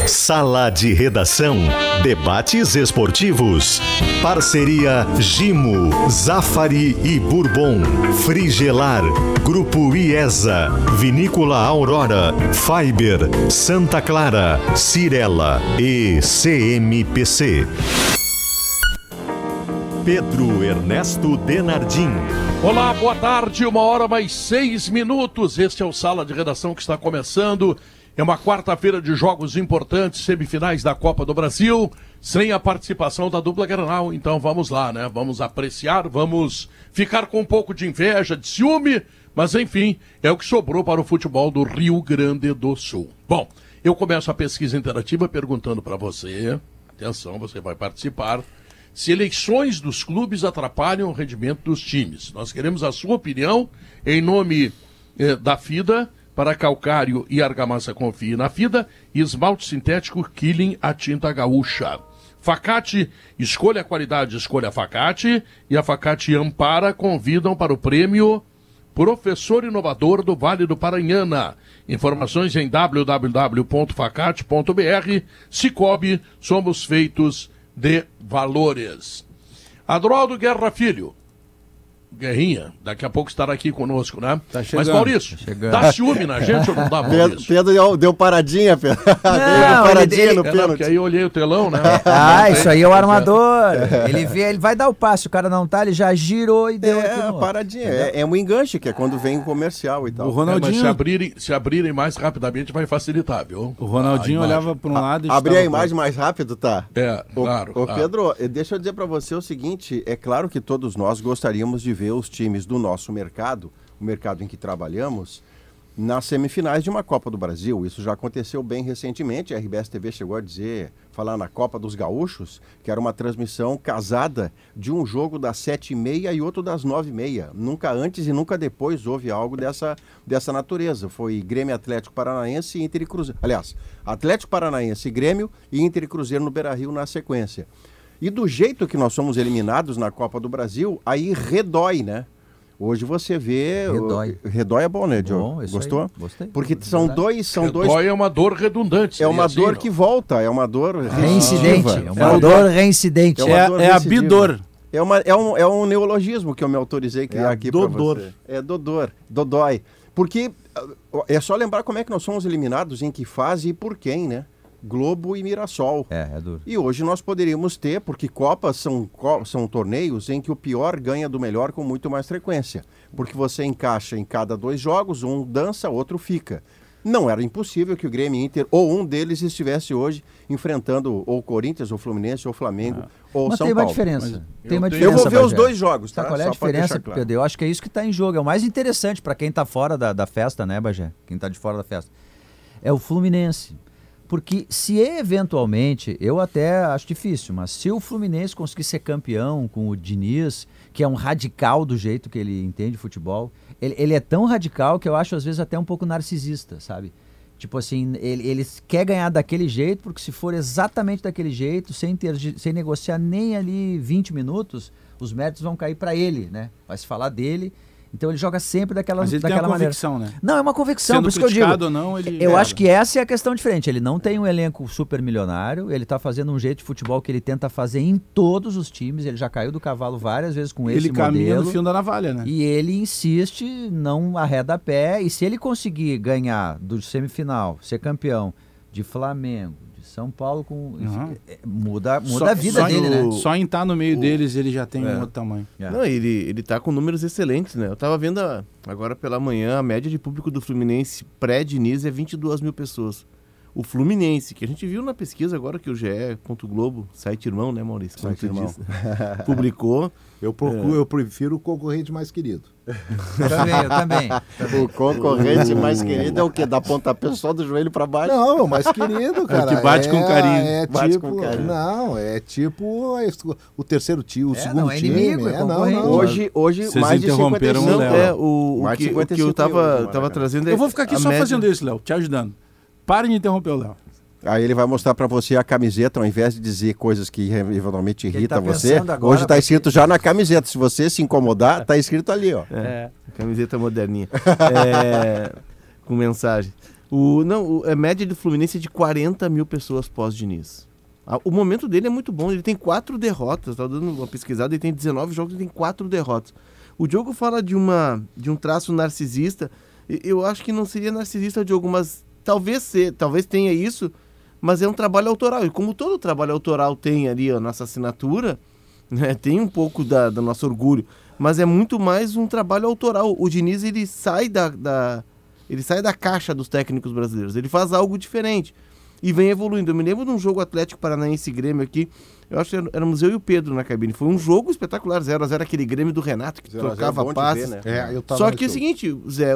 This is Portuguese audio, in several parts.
Sala de Redação. Debates esportivos. Parceria Gimo, Zafari e Bourbon. Frigelar. Grupo IESA. Vinícola Aurora. Fiber. Santa Clara. Cirela e CMPC. Pedro Ernesto Denardim. Olá, boa tarde, 1h mais 6. Este é o Sala de Redação que está começando. É uma quarta-feira de jogos importantes, semifinais da Copa do Brasil, sem a participação da dupla Grenal. Então vamos lá, né? Vamos apreciar, vamos ficar com um pouco de inveja, de ciúme, mas enfim, é o que sobrou para o futebol do Rio Grande do Sul. Bom, eu começo a pesquisa interativa perguntando para você, atenção, você vai participar, se eleições dos clubes atrapalham o rendimento dos times. Nós queremos a sua opinião em nome da FIDA. Para calcário e argamassa, confie na FIDA. Esmalte sintético Killing, a tinta gaúcha. Facate, escolha a qualidade, escolha a Facate. E a Facate Ampara convidam para o prêmio Professor Inovador do Vale do Paranhana. Informações em www.facate.br. Cicobi, somos feitos de valores. Adroaldo Guerra Filho. Guerrinha, daqui a pouco estará aqui conosco, né? Tá chegando, mas Maurício, dá ciúme na gente ou não dá, Maurício? Pedro deu paradinha, Pedro. Não, paradinha no pênalti. Porque aí eu olhei o telão, né? Isso aí é o armador. Ele vai dar o passe, o cara não tá, ele já girou e deu aqui no... paradinha. É um enganche, que é quando vem o comercial e tal. O Ronaldinho... mas se abrirem mais rapidamente vai facilitar, viu? O Ronaldinho olhava para um lado e... Abrir a imagem mais rápido, tá? Claro. Pedro, deixa eu dizer para você o seguinte, é claro que todos nós gostaríamos de ver os times do nosso mercado, o mercado em que trabalhamos, nas semifinais de uma Copa do Brasil. Isso já aconteceu bem recentemente. A RBS TV chegou a falar na Copa dos Gaúchos, que era uma transmissão casada de um jogo das 7h30 e outro das 9h30. Nunca antes e nunca depois houve algo dessa natureza. Foi Grêmio Atlético Paranaense e Inter e Cruzeiro. Aliás, Atlético Paranaense e Grêmio e Inter e Cruzeiro no Beira-Rio na sequência. E do jeito que nós somos eliminados na Copa do Brasil, aí redói, né? Hoje você vê... Redói é bom, né, Diogo? Gostou? Aí, gostei. Porque são dois... Redói é uma dor redundante. É uma assim, dor que volta, é uma dor... Reincidente. É uma dor reincidente. É a bidor. É um neologismo que eu me autorizei a criar aqui para você. É dodor. Dodói. Porque é só lembrar como é que nós somos eliminados, em que fase e por quem, né? Globo e Mirassol. É duro. E hoje nós poderíamos ter, porque Copas são torneios em que o pior ganha do melhor com muito mais frequência. Porque você encaixa em cada 2 jogos, um dança, outro fica. Não era impossível que o Grêmio e Inter, ou um deles, estivesse hoje enfrentando ou o Corinthians, ou o Fluminense, ou o Flamengo, ou São Paulo. Mas tem uma diferença. Eu vou ver os 2 jogos, tá? Sabe qual é a diferença, Pedro? Eu acho que é isso que está em jogo. É o mais interessante para quem está fora da festa, né, Bagé? Quem está de fora da festa. É o Fluminense. Porque se eventualmente, eu até acho difícil, mas se o Fluminense conseguir ser campeão com o Diniz, que é um radical do jeito que ele entende futebol, ele é tão radical que eu acho às vezes até um pouco narcisista, sabe? Tipo assim, ele quer ganhar daquele jeito, porque se for exatamente daquele jeito, sem negociar nem ali 20 minutos, os méritos vão cair para ele, né? Vai se falar dele. Então ele joga sempre daquela maneira. Mas ele tem uma convicção, né? Não, é uma convicção, Sendo por isso que eu digo. Ou não, eu acho que essa é a questão diferente. Ele não tem um elenco super milionário, ele tá fazendo um jeito de futebol que ele tenta fazer em todos os times, ele já caiu do cavalo várias vezes com esse modelo. Ele caminha no fio da navalha, né? E ele insiste, não arreda pé, e se ele conseguir ganhar do semifinal, ser campeão de Flamengo, São Paulo, muda a vida dele, né? Só em estar no meio deles ele já tem um outro tamanho. Não, ele tá com números excelentes, né? Eu tava vendo agora pela manhã, a média de público do Fluminense pré-Diniz é 22 mil pessoas. O Fluminense, que a gente viu na pesquisa agora que o GE.globo, site irmão, né, Maurício? Site irmão. Publicou. Eu prefiro o concorrente mais querido. Eu também. O concorrente mais querido é o quê? Da pontapé só do joelho pra baixo? Não, é o mais querido, cara. Que bate com carinho. Bate com carinho. Não, é tipo o terceiro time, o segundo não, é inimigo, time. Não. Hoje vocês mais de 55. O Léo. O que eu tava trazendo é... Eu vou ficar aqui só fazendo isso, Léo, te ajudando. Parem de interromper o Léo. Aí ele vai mostrar para você a camiseta, ao invés de dizer coisas que eventualmente irritam você. Hoje está escrito já na camiseta. Se você se incomodar, está escrito ali, ó. Camiseta moderninha. Com mensagem. A média do Fluminense é de 40 mil pessoas pós-Diniz. O momento dele é muito bom, ele tem 4 derrotas, tá dando uma pesquisada, ele tem 19 jogos, ele tem 4 derrotas. O Diogo fala de um traço narcisista, eu acho que não seria narcisista, Diogo, mas talvez tenha isso, mas é um trabalho autoral, e como todo trabalho autoral tem ali a nossa assinatura, né, tem um pouco do nosso orgulho, mas é muito mais um trabalho autoral. O Diniz, ele sai da caixa dos técnicos brasileiros, ele faz algo diferente e vem evoluindo. Eu me lembro de um jogo Atlético Paranaense e Grêmio aqui, eu acho que éramos eu e o Pedro na cabine, foi um jogo espetacular, 0x0, aquele Grêmio do Renato, que trocava passes. Né? Só que é o seguinte, Zé,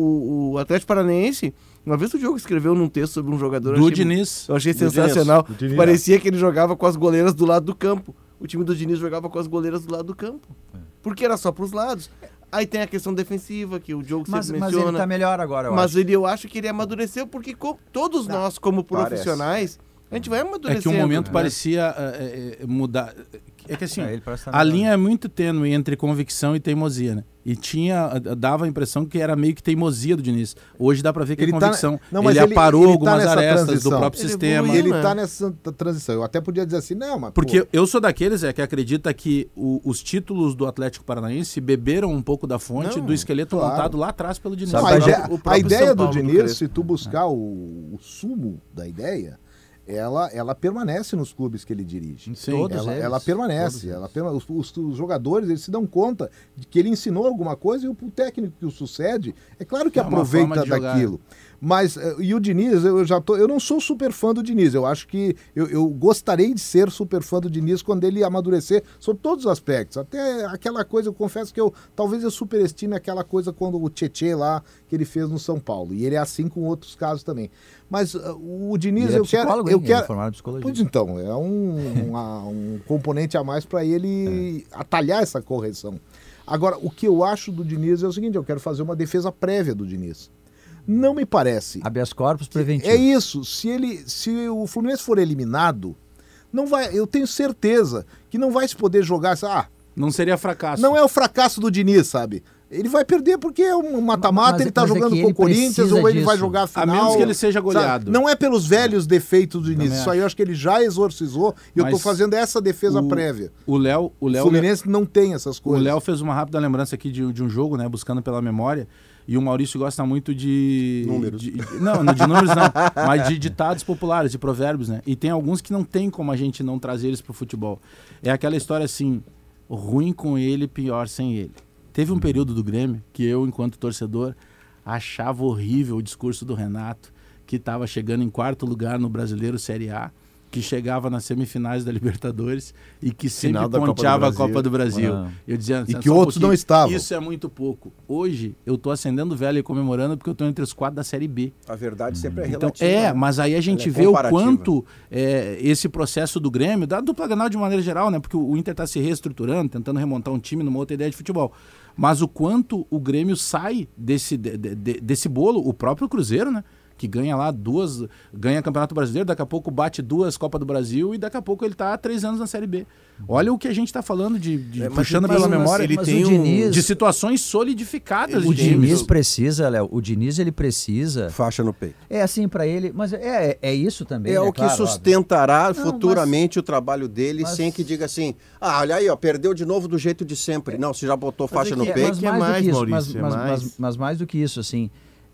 o Atlético Paranaense, uma vez o Diogo escreveu num texto sobre um jogador... Diniz. Eu achei sensacional, parecia que ele jogava com as goleiras do lado do campo. O time do Diniz jogava com as goleiras do lado do campo, porque era só pros lados. Aí tem a questão defensiva, que o Diogo sempre menciona. Mas ele tá melhor agora, eu acho que ele amadureceu, porque todos nós, como profissionais, a gente vai amadurecendo. É que o momento parecia mudar. É que assim, a linha é muito tênue entre convicção e teimosia, né? E dava a impressão que era meio que teimosia do Diniz. Hoje dá pra ver que é convicção. Ele aparou algumas arestas do próprio sistema. Ele tá nessa transição. Eu até podia dizer assim, não, mas... Porque eu sou daqueles que acredita que os títulos do Atlético Paranaense beberam um pouco da fonte do esqueleto montado lá atrás pelo Diniz. A ideia do Diniz, se tu buscar o sumo da ideia... Ela permanece nos clubes que ele dirige. Sim, ela permanece. Os jogadores, eles se dão conta de que ele ensinou alguma coisa e o técnico que o sucede, é claro que aproveita daquilo. Mas, e o Diniz, eu não sou super fã do Diniz, eu acho que eu gostaria de ser super fã do Diniz quando ele amadurecer sobre todos os aspectos, até aquela coisa, eu confesso que talvez eu superestime aquela coisa quando o Tchê lá, que ele fez no São Paulo, e ele é assim com outros casos também. Mas o Diniz, eu quero... Pois então, é um componente a mais para ele atalhar essa correção. Agora, o que eu acho do Diniz é o seguinte, eu quero fazer uma defesa prévia do Diniz. Não me parece. Habeas corpus preventivo. É isso. Se o Fluminense for eliminado, não vai, eu tenho certeza que não vai se poder jogar. Não seria fracasso. Não é o fracasso do Diniz, sabe? Ele vai perder porque é um mata-mata, ele tá jogando com o Corinthians ou ele vai jogar a final. A menos que ele seja goleado. Sabe? Não é pelos velhos defeitos do Diniz. Isso aí eu acho que ele já exorcizou e eu tô fazendo essa defesa prévia. O Fluminense não tem essas coisas. O Léo fez uma rápida lembrança aqui de um jogo, né? Buscando pela memória. E o Maurício gosta muito de... Números. Não, de números não. Mas de ditados populares, de provérbios, né? E tem alguns que não tem como a gente não trazer eles pro futebol. É aquela história assim, ruim com ele, pior sem ele. Teve um período do Grêmio que eu, enquanto torcedor, achava horrível o discurso do Renato, que estava chegando em 4º lugar no Brasileiro Série A, que chegava nas semifinais da Libertadores e que sempre ponteava a Copa do Brasil. Eu dizia, e que outros não estavam. Isso é muito pouco. Hoje, eu tô acendendo velho e comemorando porque eu tô entre os 4 da Série B. A verdade sempre é relativa. Então, mas aí a gente vê o quanto esse processo do Grêmio, da dupla Grenal de maneira geral, né? Porque o Inter tá se reestruturando, tentando remontar um time numa outra ideia de futebol. Mas o quanto o Grêmio sai desse bolo, o próprio Cruzeiro, né? Que ganha lá ganha Campeonato Brasileiro, daqui a pouco bate 2 Copa do Brasil e daqui a pouco ele está há 3 anos na Série B. Olha o que a gente está falando puxando pela memória, ele tem de situações solidificadas. O Diniz precisa, Léo, ele precisa... Faixa no peito. É assim para ele, mas é isso também. É o que sustentará futuramente o trabalho dele, sem que diga assim, olha aí, perdeu de novo do jeito de sempre. Não, você já botou faixa no peito. Mas mais do que isso, assim...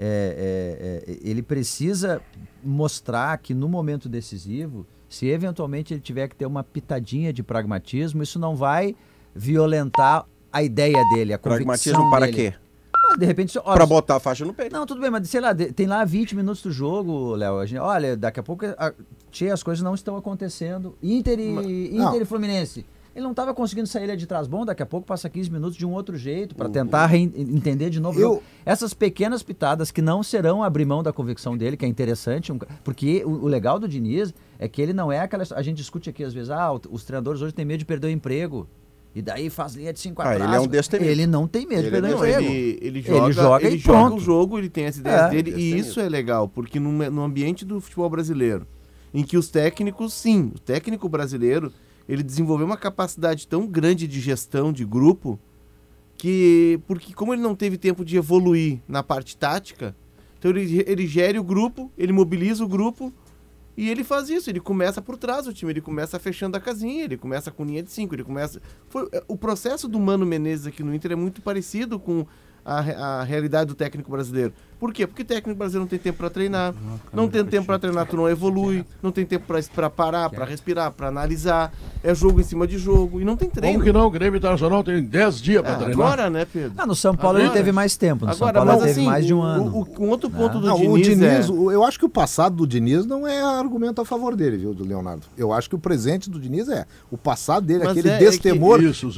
ele precisa mostrar que no momento decisivo, se eventualmente ele tiver que ter uma pitadinha de pragmatismo, isso não vai violentar a ideia dele, a convicção pragmatismo para dele. Quê? De repente... Para botar a faixa no peito. Não, tudo bem, mas sei lá, tem lá 20 minutos do jogo, Léo. Olha, daqui a pouco as coisas não estão acontecendo. Inter e Fluminense. Ele não estava conseguindo sair de trás bom, daqui a pouco passa 15 minutos de um outro jeito para tentar entender de novo. Essas pequenas pitadas que não serão abrir mão da convicção dele, que é interessante, porque o legal do Diniz é que ele não é aquela... A gente discute aqui às vezes, os treinadores hoje têm medo de perder o emprego. E daí faz linha de 5 atrás. Ele é um destemido. Ele não tem medo de perder o emprego. Ele joga o jogo, ele tem as ideias dele, e isso é legal, porque no ambiente do futebol brasileiro, em que os técnicos, sim, o técnico brasileiro, ele desenvolveu uma capacidade tão grande de gestão de grupo porque como ele não teve tempo de evoluir na parte tática, Então ele gere o grupo, ele mobiliza o grupo e ele faz isso. Ele começa por trás do time, ele começa fechando a casinha, ele começa com linha de 5, ele começa... O processo do Mano Menezes aqui no Inter é muito parecido com a realidade do técnico brasileiro. Por quê? Porque o técnico brasileiro não tem tempo para treinar, não tem tempo para treinar, tu não evolui, não tem tempo para parar, para respirar, para analisar, é jogo em cima de jogo e não tem treino. Como que não? O Grêmio Internacional tem 10 dias para treinar. Agora, né, Pedro? No São Paulo ele teve mais tempo, no São Paulo ele teve mais de um ano. Um outro ponto do o Diniz eu acho que o passado do Diniz não é argumento a favor dele, viu, do Leonardo. Eu acho que o presente do Diniz o passado dele, mas aquele destemor,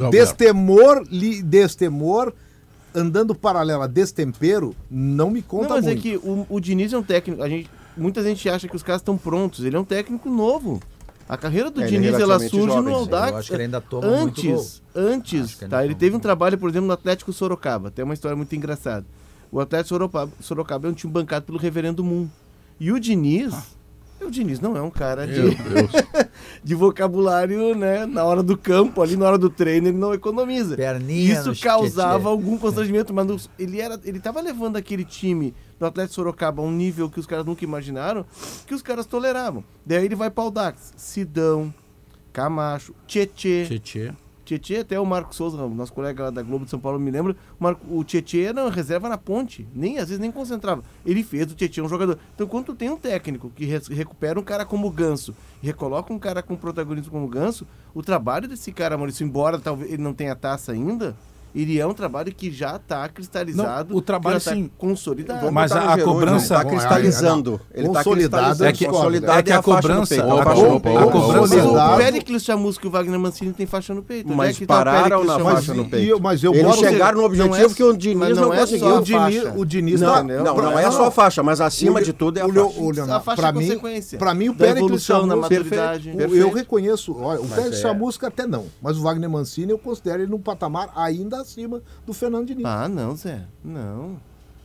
destemor andando paralelo a destempero, não me conta muito. Mas é que o Diniz é um técnico, muita gente acha que os caras estão prontos, ele é um técnico novo. A carreira do Diniz, ela surge no Audax. Eu acho que ele ainda toma muito gol. Antes, ele teve um trabalho, por exemplo, no Atlético Sorocaba, tem uma história muito engraçada. O Atlético Sorocaba é um time bancado pelo Reverendo Moon. E o Diniz não é um cara de vocabulário, né? Na hora do campo, ali na hora do treino, ele não economiza. Isso causava algum constrangimento, mas ele estava levando aquele time do Atlético Sorocaba a um nível que os caras nunca imaginaram, que os caras toleravam. Daí ele vai para o Audax, Sidão, Camacho, Tietê, até o Marcos Souza, nosso colega lá da Globo de São Paulo, me lembra, o Tietê era reserva na ponte, às vezes nem concentrava. Ele fez o Tietê um jogador. Então, quando tu tem um técnico que recupera um cara como o Ganso e recoloca um cara com protagonismo como o Ganso, o trabalho desse cara, Maurício, embora talvez ele não tenha taça ainda, ele é um trabalho que já está cristalizado, não, o trabalho já está consolidado. Mas a cobrança está cristalizando. Ele está consolidado. É que a cobrança... O Péricles Chamusca e o Wagner Mancini tem faixa no peito. Mas pararam na faixa no peito. Eles chegaram no objetivo que o Diniz não conseguiu. O Diniz não é só a faixa, mas acima de tudo é a faixa. A faixa é consequência. Para mim, o Péricles Chamusca... Eu reconheço. O Péricles Chamusca até não. Mas o Wagner Mancini eu considero ele num patamar ainda acima do Fernando Diniz. Não, Zé. Não.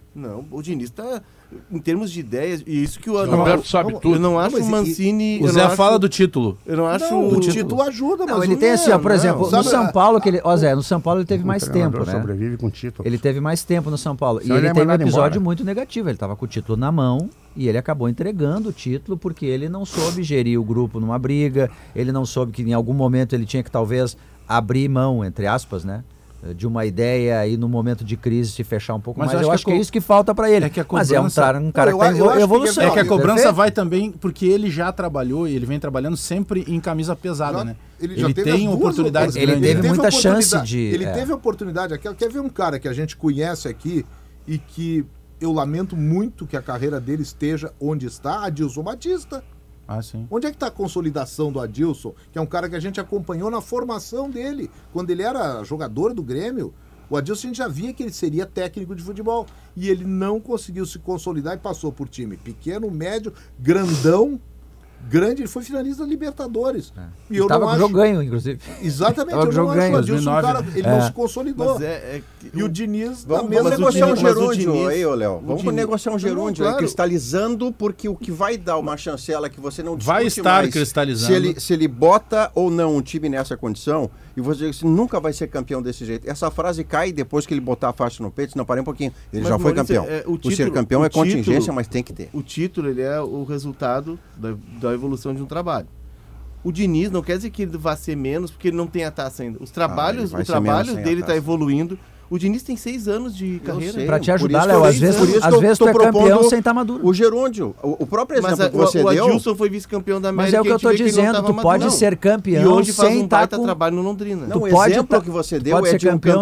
O Diniz tá... Em termos de ideias, e isso que o Roberto sabe tudo. Eu não acho o Mancini... O Zé fala do título. Eu não acho o título ajuda, mas... ele tem assim, por exemplo, no São Paulo, no São Paulo ele teve mais tempo, né? Sobrevive com título. Ele teve mais tempo no São Paulo. E ele teve um episódio muito negativo. Ele estava com o título na mão e ele acabou entregando o título porque ele não soube gerir o grupo numa briga, ele não soube que em algum momento ele tinha que talvez abrir mão, entre aspas, né? De uma ideia e no momento de crise se fechar um pouco mais. Eu acho que é isso que falta para ele. Mas é um cara que tem evolução. É que a cobrança vai também porque ele já trabalhou e ele vem trabalhando sempre em camisa pesada, né? Ele tem oportunidades grandes. Ele teve muita chance de... Ele teve oportunidade. Quer ver um cara que a gente conhece aqui e que eu lamento muito que a carreira dele esteja onde está? Adilson Batista. Sim. Onde é que está a consolidação do Adilson? Que é um cara que a gente acompanhou na formação dele. Quando ele era jogador do Grêmio, o Adilson a gente já via que ele seria técnico de futebol. E ele não conseguiu se consolidar e passou por time pequeno, médio, grandão. Grande, ele foi finalista da Libertadores. E eu estava com o jogo ganho, inclusive. Exatamente, eu não acho o Adilson, ele não se consolidou. E o Diniz... Vamos negociar um gerúndio aí, ô Léo. Vamos negociar um gerúndio aí, cristalizando, porque o que vai dar uma chancela que você não discute vai estar mais, cristalizando. Se ele bota ou não um time nessa condição, e você diz que nunca vai ser campeão desse jeito. Essa frase cai depois que ele botar a faixa no peito, não, parei um pouquinho. Ele já foi campeão. O ser campeão é contingência, mas tem que ter. O título, ele é o resultado da evolução de um trabalho. O Diniz não quer dizer que ele vá ser menos porque ele não tem a taça ainda. O trabalho dele está evoluindo. O Diniz tem 6 anos de carreira. Para te ajudar, Léo, às vezes tu é campeão sem estar maduro. O gerúndio, o próprio exemplo que você deu... O Adilson foi vice-campeão da América. Mas é o que eu estou dizendo, tu pode ser campeão sem estar com... trabalho no Londrina. Não, o exemplo que você deu é de um campeão...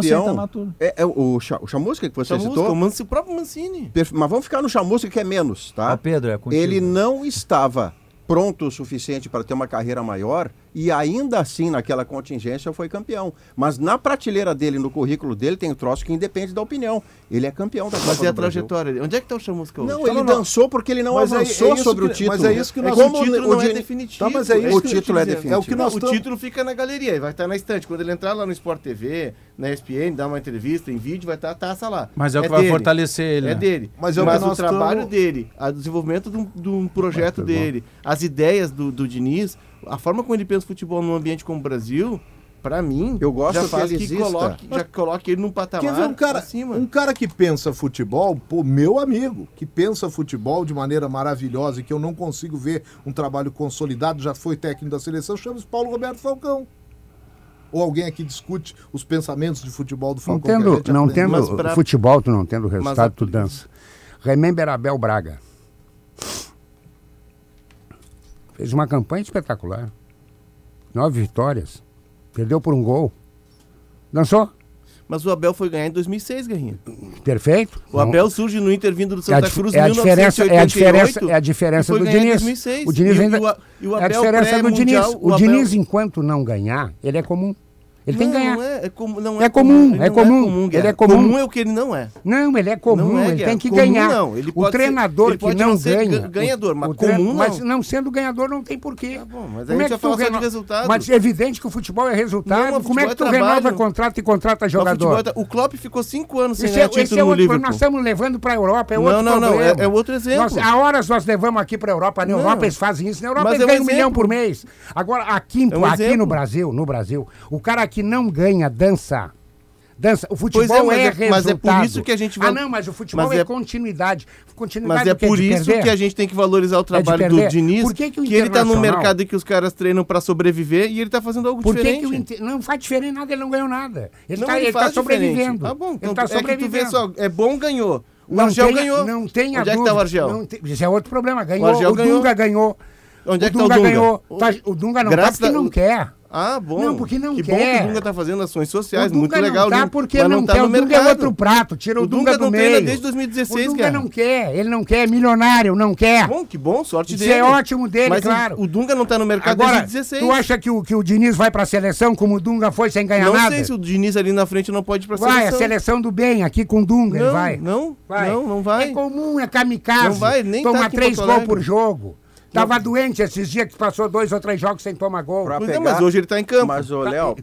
O Chamusca que você citou? O próprio Mancini. Mas vamos ficar no Chamusca que é menos, tá? Pedro, é contigo. Ele não estava pronto o suficiente para ter uma carreira maior e ainda assim naquela contingência foi campeão. Mas na prateleira dele, no currículo dele, tem um troço que independe da opinião. Ele é campeão da Copa do Brasil. Mas é a trajetória. Onde é que está o Chamusca hoje? Não, ele dançou porque ele não avançou sobre o título. Mas é isso que nós... O título não é definitivo. Mas é isso o título é definitivo. O título fica na galeria, ele vai estar na estante. Quando ele entrar lá no Sport TV, na ESPN, dar uma entrevista em vídeo, vai estar a taça lá. Mas é o que vai fortalecer ele. É dele. Mas o trabalho dele, o desenvolvimento de um projeto dele, as ideias do Diniz, a forma como ele pensa o futebol num ambiente como o Brasil, pra mim, eu gosto já que faz ele que exista. já coloque ele num patamar Quer ver acima. um cara que pensa futebol, pô, meu amigo, que pensa futebol de maneira maravilhosa e que eu não consigo ver um trabalho consolidado, já foi técnico da seleção, chama-se Paulo Roberto Falcão. Ou alguém aqui discute os pensamentos de futebol do Falcão? Não tendo futebol, tu não tendo resultado, tu dança. Remember Abel Braga. Fez uma campanha espetacular. 9 vitórias. Perdeu por um gol. Dançou? Mas o Abel foi ganhar em 2006, Guerrinha. Perfeito. O Abel surge no Inter vindo do Santa Cruz em 1988. É a diferença do Diniz. 2006. O Diniz ainda... E o Abel é a diferença do Diniz. O Diniz, Abel... enquanto não ganhar, ele é comum. Ele tem que ganhar. É comum. Ele é comum. Comum é o que ele não é. Não, ele é comum, não é, ele tem que comum, ganhar. Não. Ele o treinador ele que não ganha. Ganhador, mas comum não. Mas não sendo ganhador não tem porquê. Tá bom, mas a gente vai falar só de resultado. Mas é evidente que o futebol é resultado. Não, como é que tu renova contrato e contrata jogador? O Klopp ficou 5 anos sem ganhar título no Liverpool. Nós estamos levando para a Europa, é outro problema. Não, é outro exemplo. Há horas nós levamos aqui para a Europa. Na Europa eles fazem isso. Na Europa eles ganham 1 milhão por mês. Agora, aqui no Brasil, o cara que não ganha dança. O futebol é resultado. Mas é por isso que a gente vai... mas o futebol é continuidade. Mas é por isso que a gente tem que valorizar o trabalho do Diniz, que ele tá no mercado e que os caras treinam para sobreviver e ele tá fazendo algo diferente. Não faz diferente nada, ele não ganhou nada. Ele tá sobrevivendo. Tá bom, então é que tu vê só, é bom, ganhou. O Argel ganhou. Não tem a dúvida. Onde é que tá o Argel? Isso é outro problema, ganhou. O Dunga ganhou. Onde é que tá o Dunga? Ganhou. O Dunga não tá porque não quer. Ah, bom. Não, porque não quer. Que bom que o Dunga tá fazendo ações sociais, muito legal. Não tá porque não quer, o Dunga é outro prato, tira o Dunga do meio. O Dunga não treina desde 2016, O Dunga não quer, ele não quer, é milionário, não quer. Bom, que bom, sorte Isso dele. é ótimo dele, mas claro. O Dunga não tá no mercado agora, desde 2016. Tu acha que o Diniz vai pra seleção como o Dunga foi sem ganhar nada? Não sei se o Diniz ali na frente não pode ir pra seleção. Vai, a seleção do bem, aqui com o Dunga, ele vai. Não vai. É comum, é kamikaze. Não vai, nem toma 3 gols por jogo. Tava doente esses dias que passou 2 ou 3 jogos sem tomar gol. Mas hoje ele tá em campo. Mas, Léo...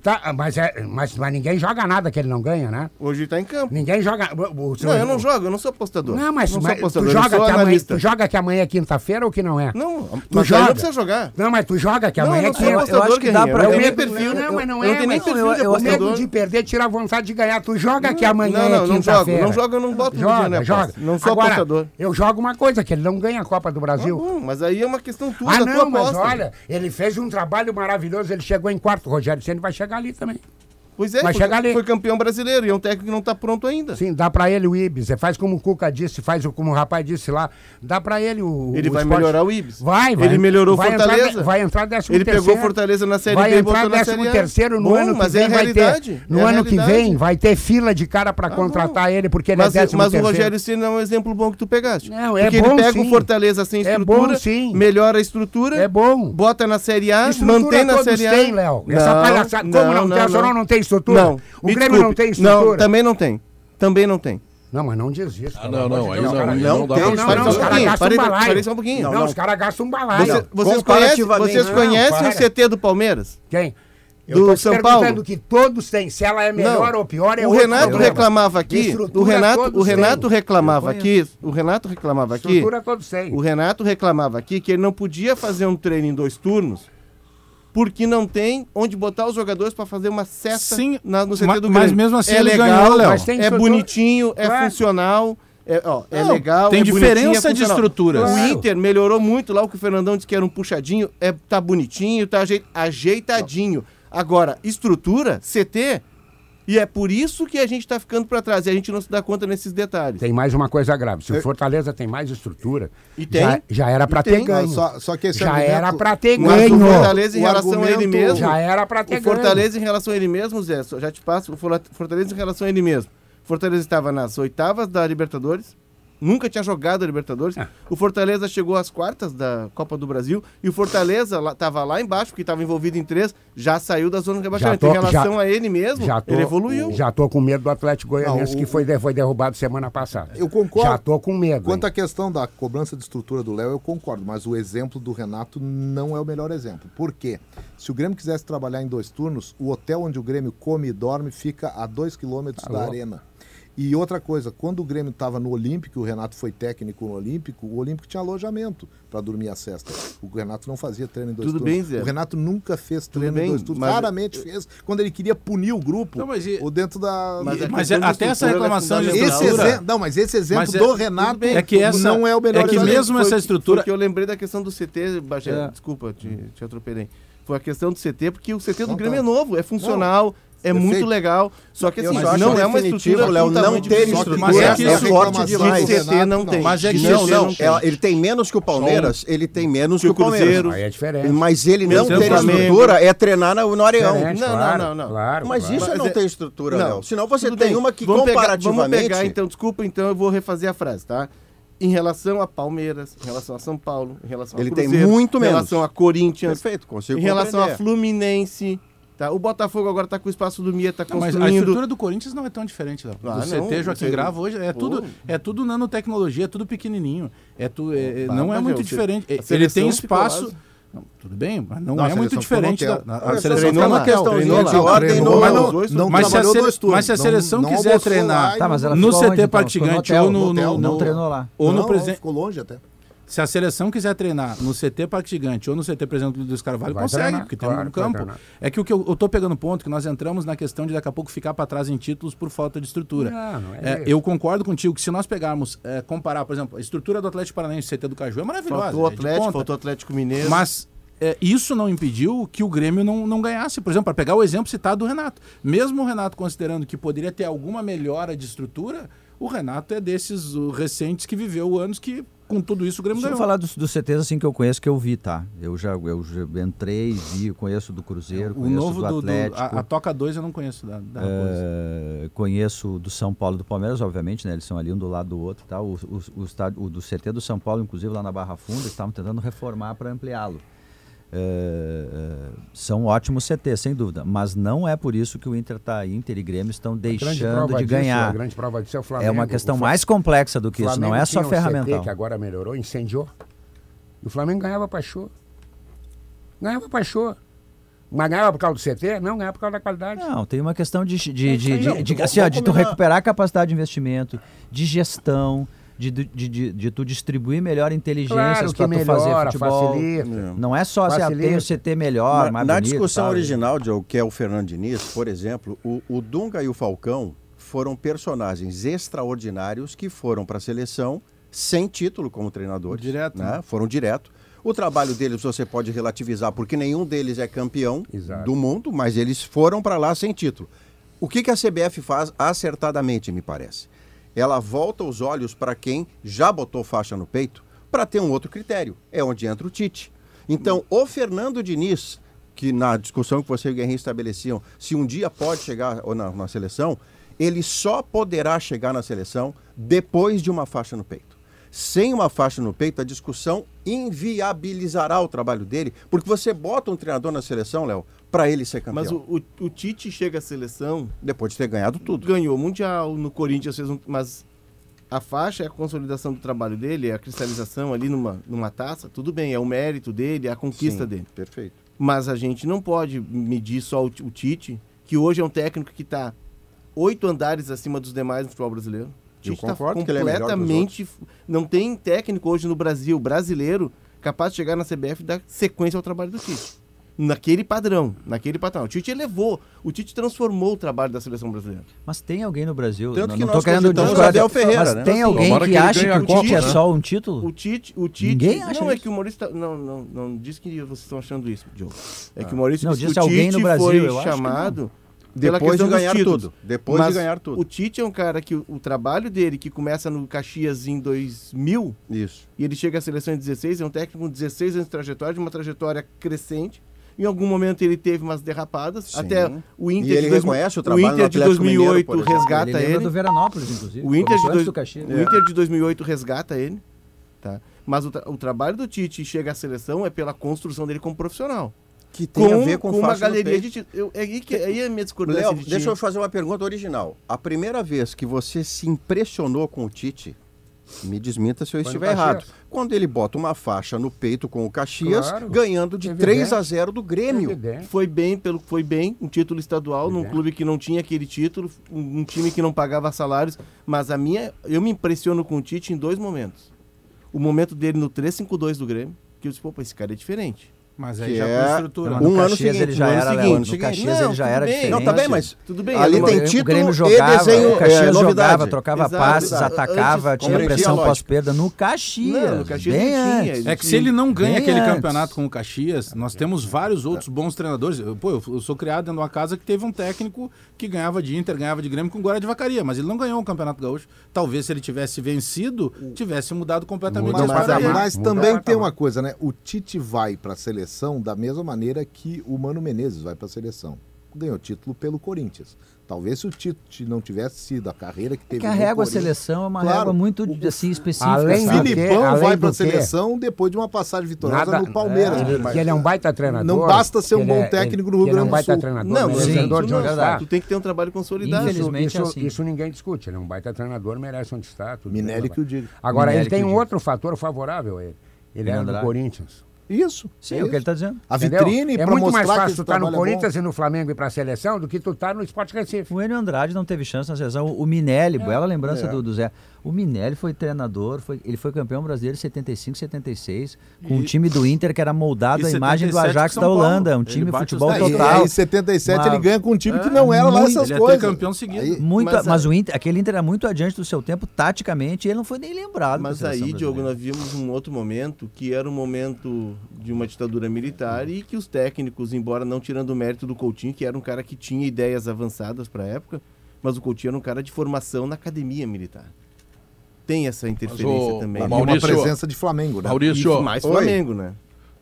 Mas ninguém joga nada que ele não ganha, né? Hoje ele tá em campo. Ninguém joga... Não, eu não jogo, eu não sou apostador. Não, mas não sou apostador, tu joga que amanhã é quinta-feira ou que não é? Não, mas não precisa jogar. Não, mas tu joga que amanhã é quinta. Eu acho que dá pra... Eu tenho nem perfil. Não, mas não é. Eu tenho nem perfil de apostador. O medo de perder tira a vontade de ganhar. Tu joga que amanhã é quinta-feira. Não joga, eu não boto no dia, né? Joga. Não sou apostador. Eu jogo uma coisa, que ele não ganha a Copa do Brasil. Mas aí é uma questão tua, da tua aposta. Mas olha, ele fez um trabalho maravilhoso, ele chegou em quarto. O Rogério Ceni vai chegar ali também. Pois é, foi campeão brasileiro e é um técnico que não está pronto ainda. Sim, dá pra ele o Ibis. Você faz como o Cuca disse, faz como o rapaz disse lá. Dá pra ele o Ele vai melhorar o Ibis. Vai. Ele melhorou o Fortaleza. Vai entrar 13º. Ele pegou Fortaleza na Série B e botou na Série A. Vai entrar 13º no ano que vem. Vai ter. No ano que vem vai ter fila de cara pra contratar ele, porque ele é 13º. Mas o Rogério Ceni é um exemplo bom que tu pegaste. Não, é porque bom, ele pega o Fortaleza sem estrutura, melhora a estrutura. É bom. Bota na Série A, mantém na Série A. Tem, Léo. Essa palhaçada. Como não tem? A Sorão não tem estrutura? Não. O Grêmio não tem estrutura? Não, também não tem. Também não tem. Não, mas não diz isso. Não dá pra os caras gastam um balaio. Parei só um pouquinho. Não, os caras gastam um balaio. Vocês conhecem o CT do Palmeiras? Quem? Do São Paulo? Que todos têm. Se ela é melhor ou pior, é o Renato reclamava aqui. O Renato reclamava aqui. Estrutura todos têm. O Renato reclamava aqui que ele não podia fazer um treino em 2 turnos porque não tem onde botar os jogadores para fazer uma cesta no CT do Grêmio. Mas mesmo assim é legal, Léo. É bonitinho, é funcional. É legal, tem diferença de estruturas. O Inter melhorou muito lá, o que o Fernandão disse que era um puxadinho, tá bonitinho, tá ajeitadinho. Agora, estrutura, CT, e é por isso que a gente tá ficando para trás, e a gente não se dá conta nesses detalhes. Tem mais uma coisa grave, se o Fortaleza tem mais estrutura, e tem, já era para ter ganho. Só que esse já argumento... era para ter mas ganho. O Fortaleza em relação a ele mesmo... Já era para ter ganho. O Fortaleza em relação a ele mesmo, Zé, já te passo, o Fortaleza em relação a ele mesmo. O Fortaleza estava nas 8º da Libertadores, nunca tinha jogado a Libertadores. O Fortaleza chegou às 4º da Copa do Brasil e o Fortaleza estava lá embaixo, porque estava envolvido em 3, já saiu da zona de rebaixamento. Em relação a ele mesmo, ele evoluiu. Já tô com medo do Atlético Goianiense, que foi derrubado semana passada. Eu concordo. Já tô com medo. Quanto à questão da cobrança de estrutura do Léo, eu concordo, mas o exemplo do Renato não é o melhor exemplo. Por quê? Se o Grêmio quisesse trabalhar em 2 turnos, o hotel onde o Grêmio come e dorme fica a 2 quilômetros da arena. E outra coisa, quando o Grêmio estava no Olímpico, o Renato foi técnico no Olímpico, o Olímpico tinha alojamento para dormir a cesta. O Renato não fazia treino em 2 turnos. Bem, Zé. O Renato nunca fez treino em 2 turnos. Raramente fez quando ele queria punir o grupo. Não, ou dentro da... Mas até essa reclamação de estrutura... Mas esse exemplo do Renato não é o melhor. É que mesmo essa estrutura... Porque eu lembrei da questão do CT, Bagé, desculpa, te atropelei. Foi a questão do CT, porque o CT do Grêmio é novo, é funcional... É muito legal, só que assim, não é uma estrutura, Léo, não ter estrutura, mas é forte demais. De CT não tem. Mas é que ele tem menos que o Palmeiras, ele tem menos que o Cruzeiro. Aí é diferente. Mas ele não ter estrutura é treinar no Areão. Não. Claro, mas isso não tem estrutura, Léo. Senão você tem uma que comparativamente... Vamos pegar, então, desculpa, então eu vou refazer a frase, tá? Em relação a Palmeiras, em relação a São Paulo, em relação a Cruzeiro, ele tem muito menos. Em relação a Corinthians, perfeito, consigo em relação a Fluminense... Tá, o Botafogo agora está com o espaço do Mia, está construindo... Mas a estrutura do Corinthians não é tão diferente, Léo. Do CT Joaquim Grava hoje é tudo nanotecnologia, é tudo pequenininho. Não é muito diferente. Ele tem espaço... Não, tudo bem, mas não é muito diferente. A seleção treinou uma questão de ordem, mas se a seleção quiser treinar no CT Parque Gigante ou não treinou lá. Ficou longe até. Se a seleção quiser treinar no CT Parque Gigante ou no CT Presidente Luiz Carvalho, consegue, treinar, porque tem um campo. É que o que eu tô pegando ponto, que nós entramos na questão de daqui a pouco ficar para trás em títulos por falta de estrutura. Eu concordo contigo que se nós pegarmos, comparar, por exemplo, a estrutura do Atlético Paranaense, CT do Caju é maravilhosa. Faltou o Atlético Mineiro. Mas isso não impediu que o Grêmio não ganhasse. Por exemplo, para pegar o exemplo citado do Renato. Mesmo o Renato considerando que poderia ter alguma melhora de estrutura, o Renato é desses recentes que viveu anos que, com tudo isso, o Grêmio ganhou. Deixa eu falar dos CTs assim que eu conheço, que eu vi, tá? Eu já entrei, vi, conheço do Cruzeiro, conheço novo do Atlético. A Toca 2 eu não conheço da Raposa. Conheço do São Paulo e do Palmeiras, obviamente, né? Eles são ali um do lado do outro, tá? O do CT do São Paulo, inclusive lá na Barra Funda, eles estavam tentando reformar para ampliá-lo. São ótimos CT, sem dúvida, mas não é por isso que o Inter e Grêmio estão deixando de ganhar. A grande prova disso é o Flamengo. É uma questão mais complexa do que isso, não é só ferramental. CT que agora melhorou, incendiou. E o Flamengo ganhava Paixô. Mas ganhava por causa do CT? Não, ganhava por causa da qualidade. Não, tem uma questão de tu recuperar a capacidade de investimento, de gestão, de tu distribuir melhor inteligências para tu fazer futebol. Facilita. Não é só tem o CT melhor, mais bonito. Na discussão original, que é o Fernando Diniz, por exemplo, o Dunga e o Falcão foram personagens extraordinários que foram para a seleção sem título como treinadores. Direto. Né? Foram direto. O trabalho deles você pode relativizar, porque nenhum deles é campeão do mundo, mas eles foram para lá sem título. O que a CBF faz acertadamente, me parece? Ela volta os olhos para quem já botou faixa no peito para ter um outro critério. É onde entra o Tite. Então, o Fernando Diniz, que na discussão que você e o Guerrinho estabeleciam, se um dia pode chegar na seleção, ele só poderá chegar na seleção depois de uma faixa no peito. Sem uma faixa no peito, a discussão inviabilizará o trabalho dele, porque você bota um treinador na seleção, Léo, para ele ser campeão. Mas o Tite chega à seleção... Depois de ter ganhado tudo. Ganhou o Mundial, no Corinthians fez mas a faixa é a consolidação do trabalho dele, é a cristalização ali numa taça, tudo bem, é o mérito dele, é a conquista dele. Perfeito. Mas a gente não pode medir só o Tite, que hoje é um técnico que está 8 andares acima dos demais no futebol brasileiro. Eu concordo que ele é completamente... Não tem técnico hoje no Brasil, brasileiro, capaz de chegar na CBF e dar sequência ao trabalho do Tite. Naquele padrão. O Tite elevou, o Tite transformou o trabalho da seleção brasileira. Mas tem alguém no Brasil, tanto não estou querendo discordar, Ferreira, mas tem alguém que acha que o Tite é só um título? O Tite Ninguém acha não, isso. É que o Maurício não diz que vocês estão achando isso, Diogo. É que o Maurício disse que o Tite foi chamado... Depois de ganhar tudo. Depois de ganhar tudo. O Tite é um cara que o trabalho dele, que começa no Caxias em 2000, isso. E ele chega à seleção em 16, é um técnico com 16 anos de trajetória, de uma trajetória crescente. Em algum momento ele teve umas derrapadas. Sim. Até o Inter, e ele reconhece o trabalho o Inter de 2008 Mineiro, resgata ele. Do Veranópolis, inclusive. O Inter de 2008 resgata ele. Tá? Mas o trabalho do Tite chega à seleção é pela construção dele como profissional. Que tem a ver com uma galeria de... Aí é minha discordância. Léo, deixa eu fazer uma pergunta original. A primeira vez que você se impressionou com o Tite Me desminta se eu estiver errado. Quando ele bota uma faixa no peito com o Caxias, ganhando de 3-0 do Grêmio. Foi bem, um título estadual, num clube que não tinha aquele título, um time que não pagava salários, mas eu me impressiono com o Tite em 2 momentos. O momento dele no 3-5-2 do Grêmio, que eu disse, pô, esse cara é diferente. Mas aí já foi estrutura. No Caxias ele já era, no Caxias ele já era diferente. Não, tá bem, mas tudo bem. Ali tem título, o Grêmio jogava, desenho, o Caxias jogava, trocava passes, atacava, antes, tinha pressão pós-perda no Caxias. Não, no Caxias bem antes. É que se ele não ganha aquele campeonato com o Caxias, nós temos vários outros bons treinadores. Eu sou criado dentro de uma casa que teve um técnico que ganhava de Inter, ganhava de Grêmio com Guará de Vacaria, mas ele não ganhou o Campeonato Gaúcho. Talvez se ele tivesse vencido, tivesse mudado completamente o patamar. Mas também tem uma coisa, né? O Tite vai para a seleção da mesma maneira que o Mano Menezes vai para a seleção. Ganhou título pelo Corinthians. Talvez se o Tite não tivesse sido a carreira que teve. Que a régua seleção é uma régua muito assim, específica. O Filipão vai para a seleção depois de uma passagem vitoriosa no Palmeiras. Que ele é um baita treinador. Não basta ser um bom técnico no Rio Grande do Sul. Tu tem que ter um trabalho consolidado. Infelizmente, isso ninguém discute. Ele é um baita treinador, merece onde está. Minelli que o diga. Agora, ele tem um outro fator favorável a ele. Ele era do Corinthians. Isso. Sim, é o que ele está dizendo. A vitrine para mostrar que é muito mais fácil tu estar no Corinthians e no Flamengo e para a seleção do que tu estar no Sport Recife. O Enio Andrade não teve chance na seleção. O Minelli, bela lembrança do Zé. O Minelli foi treinador, ele foi campeão brasileiro em 75, 76, com um time do Inter que era moldado à imagem do Ajax da Holanda, um time de futebol total. Em 77 ele ganha com um time que não era lá essas coisas. Ele é campeão seguido. Mas aquele Inter era muito adiante do seu tempo, taticamente, e ele não foi nem lembrado. Mas aí, Diogo, nós vimos um outro momento, que era um momento de uma ditadura militar e que os técnicos, embora não tirando o mérito do Coutinho, que era um cara que tinha ideias avançadas para a época, mas o Coutinho era um cara de formação na academia militar. Tem essa interferência também. Uma presença de Flamengo, né? Maurício, mais Flamengo, né?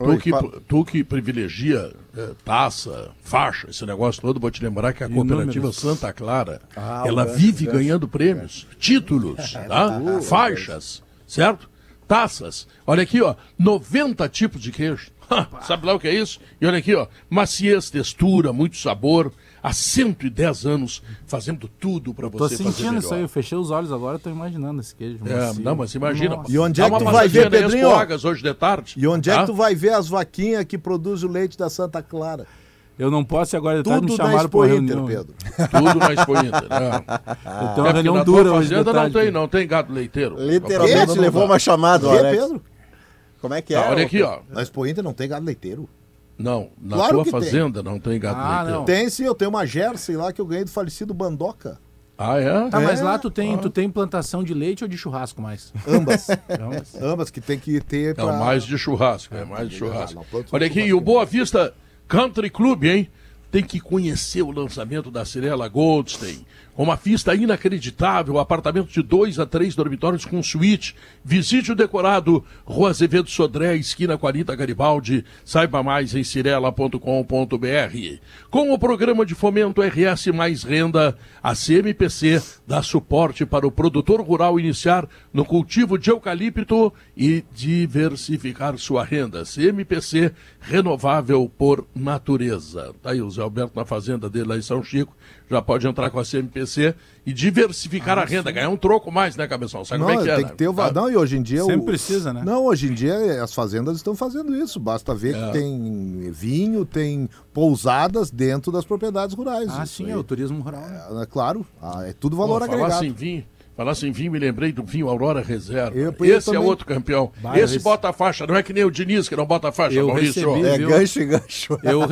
Tu que privilegia taça, faixa, esse negócio todo, vou te lembrar que a cooperativa Santa Clara, ela vive ganhando prêmios, títulos, tá? Faixas, certo? Taças. Olha aqui, ó, 90 tipos de queijo. Sabe lá o que é isso? E olha aqui, ó, maciez, textura, muito sabor. Há 110 anos fazendo tudo para você fazer melhor. Tô sentindo isso aí, eu fechei os olhos agora, tô imaginando esse queijo. Não, mas imagina. E onde é que tu vai ver, Pedrinho? Hoje de tarde. E onde é que tu vai ver as vaquinhas que produzem o leite da Santa Clara? Eu não posso agora de tarde me chamar para reunião. Pedro. Tudo na Expo Inter. Então a reunião dura hoje de tarde. Não tem gado leiteiro. Literalmente levou uma chamada, Pedro. Como é que é? Olha aqui, ó. Na Expo Inter não tem gado leiteiro. Não, na tua fazenda não tem gado leiteiro. Não. Tem sim, eu tenho uma Jersey lá que eu ganhei do falecido Bandoca. Ah, é? Tá, mas lá tu tem plantação de leite ou de churrasco mais? Ambas que tem que ter pra... Não, mais de churrasco, mais de churrasco. Olha aqui, e o Boa Vista Country Club, hein? Tem que conhecer o lançamento da Cirela Goldstein. Uma vista inacreditável, apartamento de 2 a 3 dormitórios com suíte. Visite o decorado, Rua Azevedo Sodré, esquina com a Anita Garibaldi. Saiba mais em cirela.com.br. Com o programa de fomento RS Mais Renda, a CMPC dá suporte para o produtor rural iniciar no cultivo de eucalipto e diversificar sua renda. CMPC, renovável por natureza. Tá aí o Zé Alberto na fazenda dele lá em São Chico. Já pode entrar com a CMPC e diversificar a renda, ganhar um troco mais, né, Cabeção? Sabe como é que é? Tem que ter o vadão e hoje em dia... Sempre precisa, né? Não, hoje em dia as fazendas estão fazendo isso. Basta ver que tem vinho, tem pousadas dentro das propriedades rurais. Sim, é o turismo rural. Claro, é tudo valor agregado. Falar assim, vinho, me lembrei do vinho Aurora Reserva. Esse é outro campeão. Esse bota a faixa, não é que nem o Diniz que não bota a faixa, Maurício. Gancho. Eu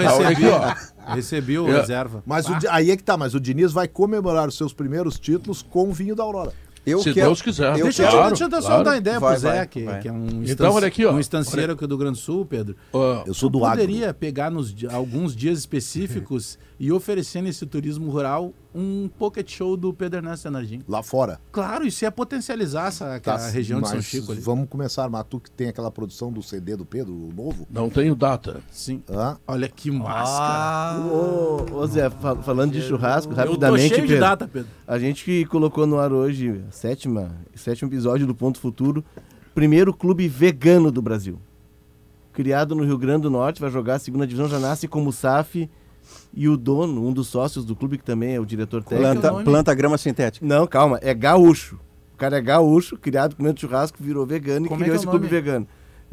recebi o reserva. Mas aí é que tá, mas o Diniz vai comemorar os seus primeiros títulos com o vinho da Aurora. Se Deus quiser. Deixa eu só dar uma ideia pro Zé, que é um estancieiro aqui do Grande Sul, Pedro. Eu sou do agro. Poderia pegar alguns dias específicos e oferecer nesse turismo rural um pocket show do Pedro Ernesto Denardim. Lá fora. Claro, isso ia potencializar essa região de São Chico ali. Vamos começar a armar. Tu que tem aquela produção do CD do Pedro, o novo? Não tenho data. Sim. Olha que máscara. Ô Zé, falando de churrasco, rapidamente, eu tô cheio de data, Pedro. A gente que colocou no ar hoje, sétimo episódio do Ponto Futuro, primeiro clube vegano do Brasil. Criado no Rio Grande do Norte, vai jogar a segunda divisão, já nasce como SAF. E o dono, um dos sócios do clube, que também é o diretor técnico... Planta grama sintética. Não, calma, é gaúcho. cara é gaúcho, criado comendo churrasco, virou vegano e criou esse clube vegano.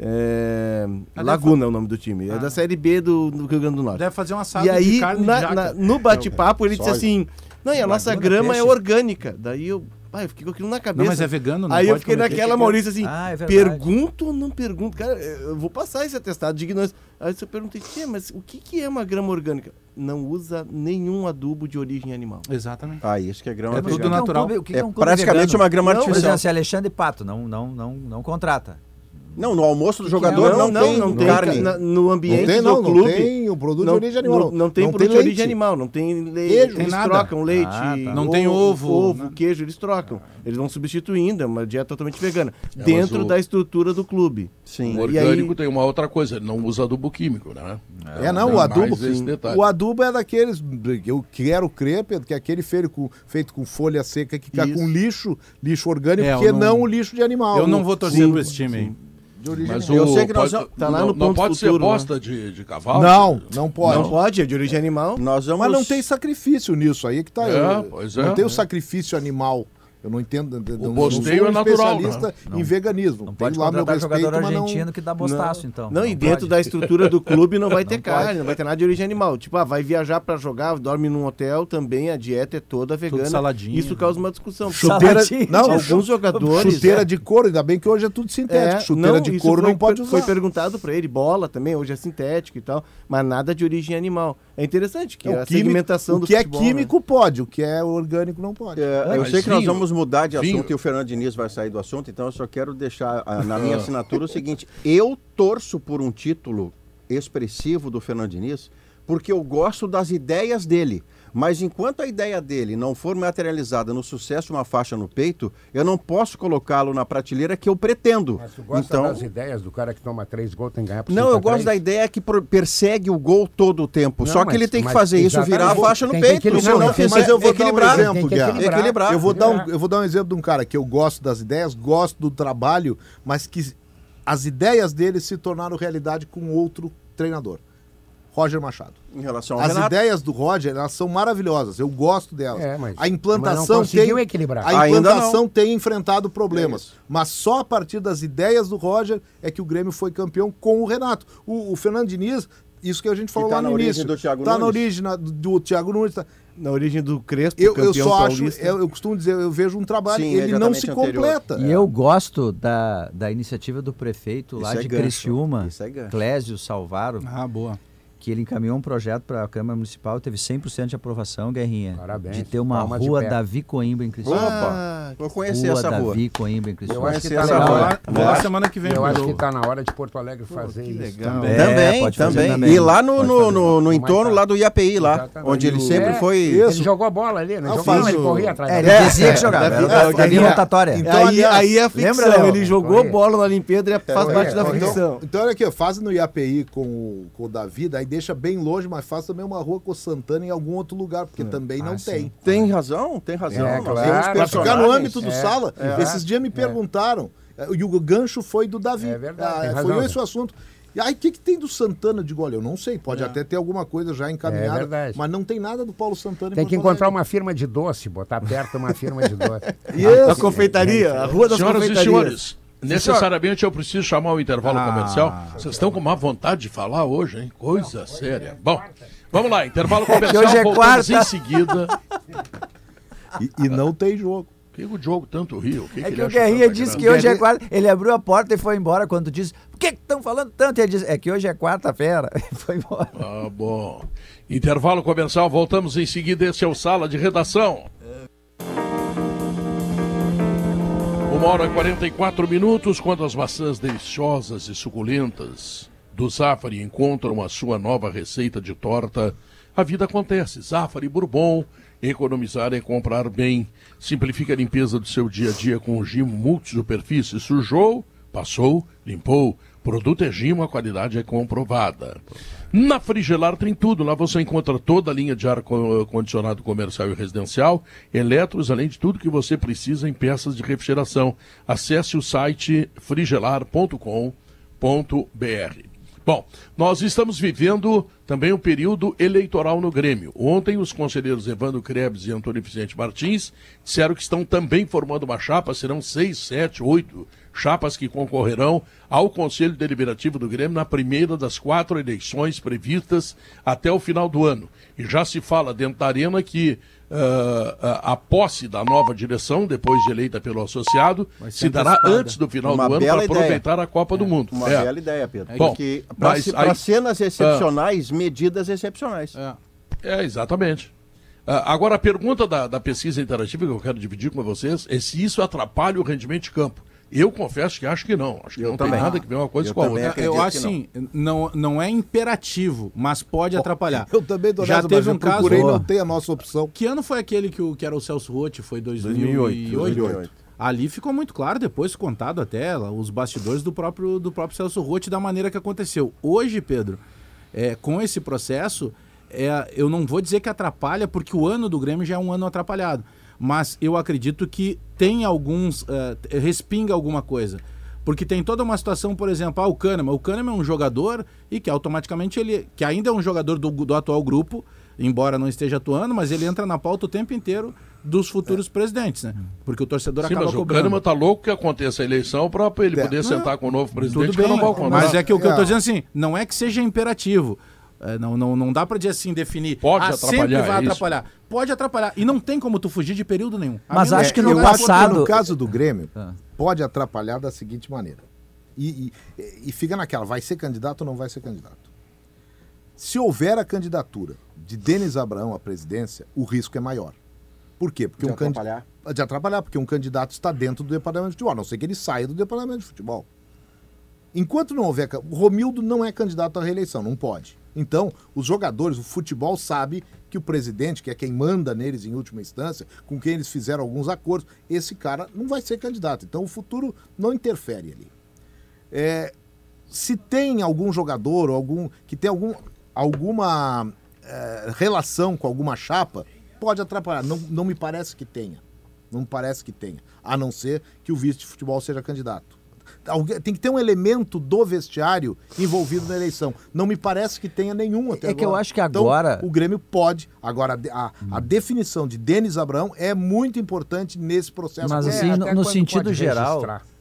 Laguna é o nome do time. É da Série B do Rio Grande do Norte. Deve fazer um assado de aí, carne de jaca. No bate-papo ele disse assim, não, e a nossa grama é orgânica. Daí eu fiquei com aquilo na cabeça. Não, mas é vegano, não aí pode eu fiquei naquela, Maurício, assim, é pergunto ou não pergunto? Cara, eu vou passar esse atestado de ignorância. Aí eu perguntei, mas o que é uma grama orgânica? Não usa nenhum adubo de origem animal. Exatamente. Isso que é grama tudo natural. É praticamente uma grama artificial. Por exemplo, se Alexandre Pato não contrata. Não, no almoço do jogador não tem carne. No ambiente do clube. Não tem o produto de origem animal. Não tem produto de origem animal, não tem leite. Eles trocam leite. Não tem ovo, queijo, eles trocam. Eles vão substituindo, é uma dieta totalmente vegana. Dentro da estrutura do clube. Sim. O orgânico tem uma outra coisa, ele não usa adubo químico, né? O adubo. O adubo é daqueles, eu quero crer, Pedro, que é aquele feito com folha seca que fica com lixo orgânico, porque não o lixo de animal. Eu não vou torcer para esse time aí. Mas eu sei que não pode ser bosta de cavalo? Não pode. Não pode, é de origem animal. Mas não tem sacrifício nisso, aí que tá. Pois é. Não tem o sacrifício animal. Eu não entendo. O bosteio é natural, especialista em veganismo. Não pode contratar jogador argentino que dá bostaço, então. Não, e dentro da estrutura do clube não vai ter carne, não vai ter nada de origem animal. Tipo, vai viajar pra jogar, dorme num hotel, também a dieta é toda vegana. Tudo saladinho. Isso causa uma discussão. Alguns jogadores... Chuteira de couro, ainda bem que hoje é tudo sintético. Chuteira de couro não pode usar. Foi perguntado pra ele, bola também, hoje é sintético e tal, mas nada de origem animal. É interessante que a segmentação do futebol... O que é químico pode, o que é orgânico não pode. Eu sei que nós vamos mudar de assunto e o Fernando Diniz vai sair do assunto, então eu só quero deixar na minha assinatura o seguinte: eu torço por um título expressivo do Fernando Diniz porque eu gosto das ideias dele. Mas enquanto a ideia dele não for materializada no sucesso de uma faixa no peito, eu não posso colocá-lo na prateleira que eu pretendo. Mas tu gosta das ideias do cara que toma 3 gols, tem que ganhar por 5-3? Não, eu gosto da ideia que persegue o gol todo o tempo. Só que ele tem que fazer isso, virar a faixa no peito. Mas eu vou dar um exemplo, equilibrar. Eu vou dar um exemplo de um cara que eu gosto das ideias, gosto do trabalho, mas que as ideias dele se tornaram realidade com outro treinador. Roger Machado. Em relação ao As Renato, ideias do Roger, elas são maravilhosas. Eu gosto delas. A implantação tem enfrentado problemas. Mas só a partir das ideias do Roger é que o Grêmio foi campeão com o Renato. O Fernando Diniz, isso que a gente falou lá no início, está na origem do Thiago Nunes. Na origem do Crespo, eu só acho, eu costumo dizer, eu vejo um trabalho, ele não se completa. E eu gosto da iniciativa do prefeito lá de Criciúma, Clésio Salvaro. Boa. Que ele encaminhou um projeto para a Câmara Municipal, teve 100% de aprovação, Guerrinha. Parabéns. De ter uma rua Davi Coimbra em Criciúma. Opa, vou conhecer essa rua. Davi Coimbra em Criciúma. Eu acho que tá semana que vem. Eu acho que está na hora de Porto Alegre fazer isso. Legal. Também. E lá no entorno lá do IAPI, lá, onde ele sempre foi... Ele jogou a bola ali, não jogou, ele corria atrás. Ele dizia que jogava. Davi rotatória. Aí é a ficção, ele jogou bola na Olimpíada e faz parte da ficção. Então olha aqui, faz no IAPI com o Davi, daí deixa bem longe, mas faz também uma rua com o Santana em algum outro lugar, porque também não tem. Tem razão. Claro. Para ficar no âmbito do Sala, esses dias me perguntaram, e o gancho foi do Davi. É verdade. Foi esse o assunto. E aí, o que tem do Santana? Digo, olha, eu não sei, pode até ter alguma coisa já encaminhada, mas não tem nada do Paulo Santana. Tem que encontrar uma firma de doce, botar perto uma firma de doce. A confeitaria, a rua das confeitarias. Senhoras e senhores, necessariamente eu preciso chamar o intervalo comercial. Vocês estão com má vontade de falar hoje, hein? Coisa séria. Bom, vamos lá, intervalo comercial, hoje é voltamos em seguida. E não tem jogo. Por que o Diogo tanto riu? Que o Guerrinha disse que hoje é quarta. Ele abriu a porta e foi embora quando disse: por que estão falando tanto? Ele disse: é que hoje é quarta-feira. Foi embora. Bom. Intervalo comercial, voltamos em seguida. Esse é o Sala de Redação. 1h44, quando as maçãs deliciosas e suculentas do Zafari encontram a sua nova receita de torta, a vida acontece. Zafari Bourbon, economizar é comprar bem. Simplifica a limpeza do seu dia a dia com o Gimo Multisuperfície. Sujou, passou, limpou. Produto é Gimo, a qualidade é comprovada. Na Frigelar tem tudo. Lá você encontra toda a linha de ar-condicionado comercial e residencial, eletros, além de tudo que você precisa em peças de refrigeração. Acesse o site frigelar.com.br. Bom, nós estamos vivendo também o período eleitoral no Grêmio. Ontem, os conselheiros Evandro Krebs e Antônio Vicente Martins disseram que estão também formando uma chapa, serão 6, 7, 8 chapas que concorrerão ao Conselho Deliberativo do Grêmio na primeira das 4 eleições previstas até o final do ano. E já se fala dentro da arena que a posse da nova direção, depois de eleita pelo associado, se dará antes do final do ano para aproveitar a Copa do Mundo. Uma bela ideia, Pedro. Bom, porque para cenas excepcionais, medidas excepcionais. Exatamente. Agora, a pergunta da pesquisa interativa que eu quero dividir com vocês é se isso atrapalha o rendimento de campo. Eu confesso que acho que não. Acho que não tem nada que ver uma coisa com a outra. Eu acho assim, não é imperativo, mas pode atrapalhar. Eu também tô Já teve um caso. Não tem a nossa opção. Que ano foi aquele que era o Celso Roth? Foi 2008. Ali ficou muito claro, depois contado até os bastidores do próprio Celso Roth da maneira que aconteceu. Hoje, Pedro, com esse processo, eu não vou dizer que atrapalha, porque o ano do Grêmio já é um ano atrapalhado. Mas eu acredito que tem alguns... respinga alguma coisa. Porque tem toda uma situação, por exemplo, o Kahneman. O Kahneman é um jogador e que automaticamente que ainda é um jogador do atual grupo, embora não esteja atuando, mas ele entra na pauta o tempo inteiro dos futuros presidentes, né? Porque o torcedor acaba cobrando. O Kahneman tá louco que aconteça a eleição para ele poder sentar com o novo presidente. Tudo bem, mas é que o que eu tô dizendo assim, não é que seja imperativo. Não dá pra dizer assim, definir. Pode atrapalhar. Sempre vai atrapalhar. Pode atrapalhar. E não tem como tu fugir de período nenhum. Mas acho que no passado... No caso do Grêmio, pode atrapalhar da seguinte maneira. E fica naquela, vai ser candidato ou não vai ser candidato? Se houver a candidatura de Denis Abraão à presidência, o risco é maior. Por quê? Porque de atrapalhar, porque um candidato está dentro do departamento de futebol, a não ser que ele saia do departamento de futebol. Enquanto não houver... O Romildo não é candidato à reeleição, não pode. Então, os jogadores, o futebol sabe que o presidente, que é quem manda neles em última instância, com quem eles fizeram alguns acordos, esse cara não vai ser candidato. Então, o futuro não interfere ali. Se tem algum jogador ou que tem alguma relação com alguma chapa, pode atrapalhar. Não me parece que tenha. Não me parece que tenha. A não ser que o vice de futebol seja candidato. Tem que ter um elemento do vestiário envolvido na eleição. Não me parece que tenha nenhum até agora. Que eu acho que agora... Então, o Grêmio pode. Agora, a definição de Denis Abraão é muito importante nesse processo. Mas assim, no sentido geral...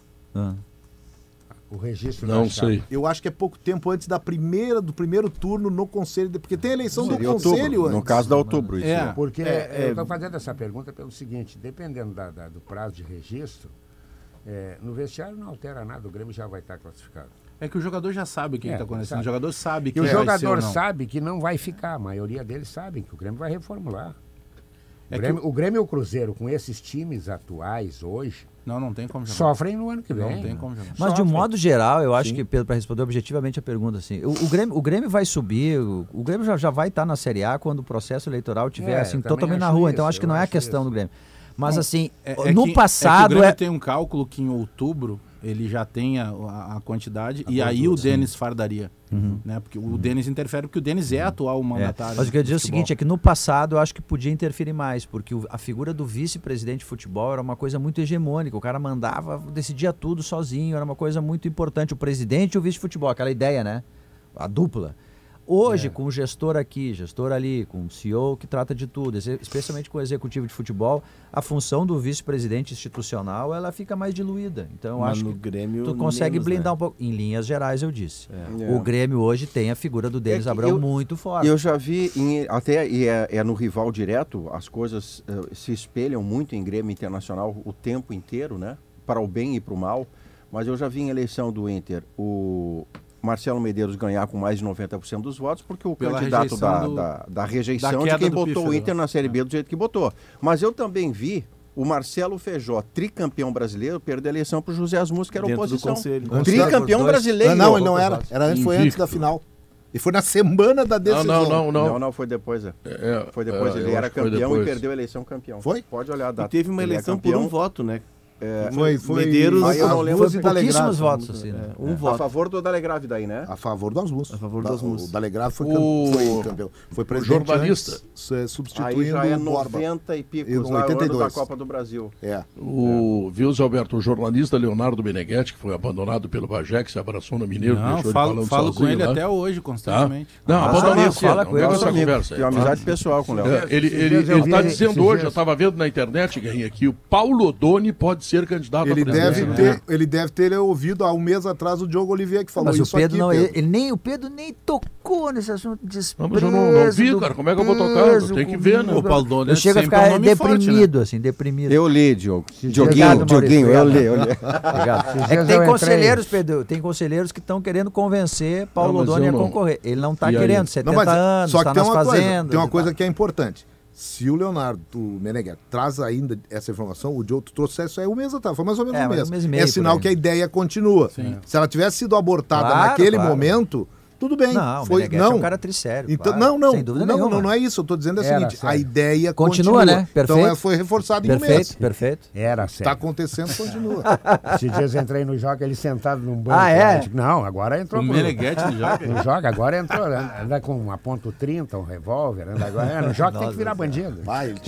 O registro não sei. Eu acho que é pouco tempo antes do primeiro turno no Conselho, porque tem eleição do Conselho antes. No caso da outubro. Isso porque eu estou fazendo essa pergunta pelo seguinte, dependendo do prazo de registro, no vestiário não altera nada, o Grêmio já vai estar classificado. É que o jogador já sabe o que está acontecendo. O jogador sabe que o jogador sabe que não vai ficar. A maioria deles sabem que o Grêmio vai reformular. O Grêmio e o Cruzeiro, com esses times atuais hoje, não tem como jogar. Sofrem no ano que vem. Não tem como jogar. Mas de um modo geral, eu acho que, Pedro, para responder objetivamente a pergunta, assim, o Grêmio vai subir, o Grêmio já vai estar na Série A quando o processo eleitoral estiver assim, totalmente na rua. Então acho que não é a questão do Grêmio. Mas assim, no passado... o Grêmio tem um cálculo que em outubro ele já tem a quantidade e aí o Denis fardaria. Né? Porque o Denis interfere, porque o Denis é atual mandatário. Mas o que eu ia dizer é o seguinte, é que no passado eu acho que podia interferir mais, porque a figura do vice-presidente de futebol era uma coisa muito hegemônica, o cara mandava, decidia tudo sozinho, era uma coisa muito importante, o presidente e o vice de futebol, aquela ideia, né? A dupla. Hoje, com o gestor aqui, gestor ali, com o CEO que trata de tudo, especialmente com o executivo de futebol, a função do vice-presidente institucional, ela fica mais diluída. Então, eu acho que Grêmio, tu consegue blindar um pouco. Em linhas gerais, eu disse. O Grêmio hoje tem a figura do Denis Abraão muito forte. Eu já vi, até no rival direto, as coisas se espelham muito em Grêmio Internacional o tempo inteiro, né? Para o bem e para o mal. Mas eu já vi em eleição do Inter o Marcelo Medeiros ganhar com mais de 90% dos votos, porque o candidato da rejeição de quem botou o Inter na Série B do jeito que botou. Mas eu também vi o Marcelo Feijó, tricampeão brasileiro, perder a eleição para o José Asmus, que era oposição. Tricampeão brasileiro. Não, ele não era. Foi antes da final. E foi na semana da decisão. Não, foi depois. Foi depois. Ele era campeão e perdeu a eleição campeão. Foi? Pode olhar a data. E teve uma eleição por um voto, né? Foi Medeiros, foi pouquíssimos votos, assim, né? Voto. A favor do Dalegrave daí, né? A favor do Asmus. A favor do Asmus. O Dalegrave foi campeão. Foi presidente jornalista. antes, substituindo aí já é o Borba. 90 e picos lá, 82 da Copa do Brasil. Viu, Zé Alberto, o jornalista Leonardo Meneghetti, que foi abandonado pelo Bagé, que se abraçou no Mineiro, Não, deixou falo com ele até hoje, constantemente. Não, abandonado, fala com ele. Essa conversa. Tem uma amizade pessoal com o Léo. Ele está dizendo hoje, eu estava vendo na internet, Guerrinha, que o Paulo Odoni pode ser candidato a presidente. Ele deve ter ouvido há um mês atrás o Diogo Oliveira que falou mas isso o Pedro aqui. não, Pedro. o Pedro nem tocou nesse assunto de desprezo. Mas eu não vi, cara, como é que eu vou tocar? Tem que ver, né? O Paulo Odoni eu chego a ficar deprimido, forte, né? deprimido. Eu li, Dioguinho, eu li. É que tem conselheiros, Pedro, tem conselheiros que estão querendo convencer Paulo Odoni a concorrer. Ele não está querendo, 70 anos, está nas fazendas. Tem uma coisa que é importante. Se o Leonardo Meneghetti traz ainda essa informação, o Diogo trouxe isso aí um mês atrás, foi mais ou menos um mês. E meio, é sinal que a ideia continua. Sim. Se ela tivesse sido abortada naquele momento, tudo bem. Não, o Meneghetti é um cara tricério. Então, claro, sem dúvida nenhuma. Não é isso. Eu estou dizendo o seguinte, a ideia continua, né? Perfeito. Então foi reforçado em um mês. Perfeito. Era sério. Está acontecendo, continua. Esses dias eu entrei no Joga, ele sentado num banco. Não, agora entrou. O Meneghetti no Joga? No Joga, agora entrou. Anda com uma .30, um revólver. No Joga tem que virar bandido.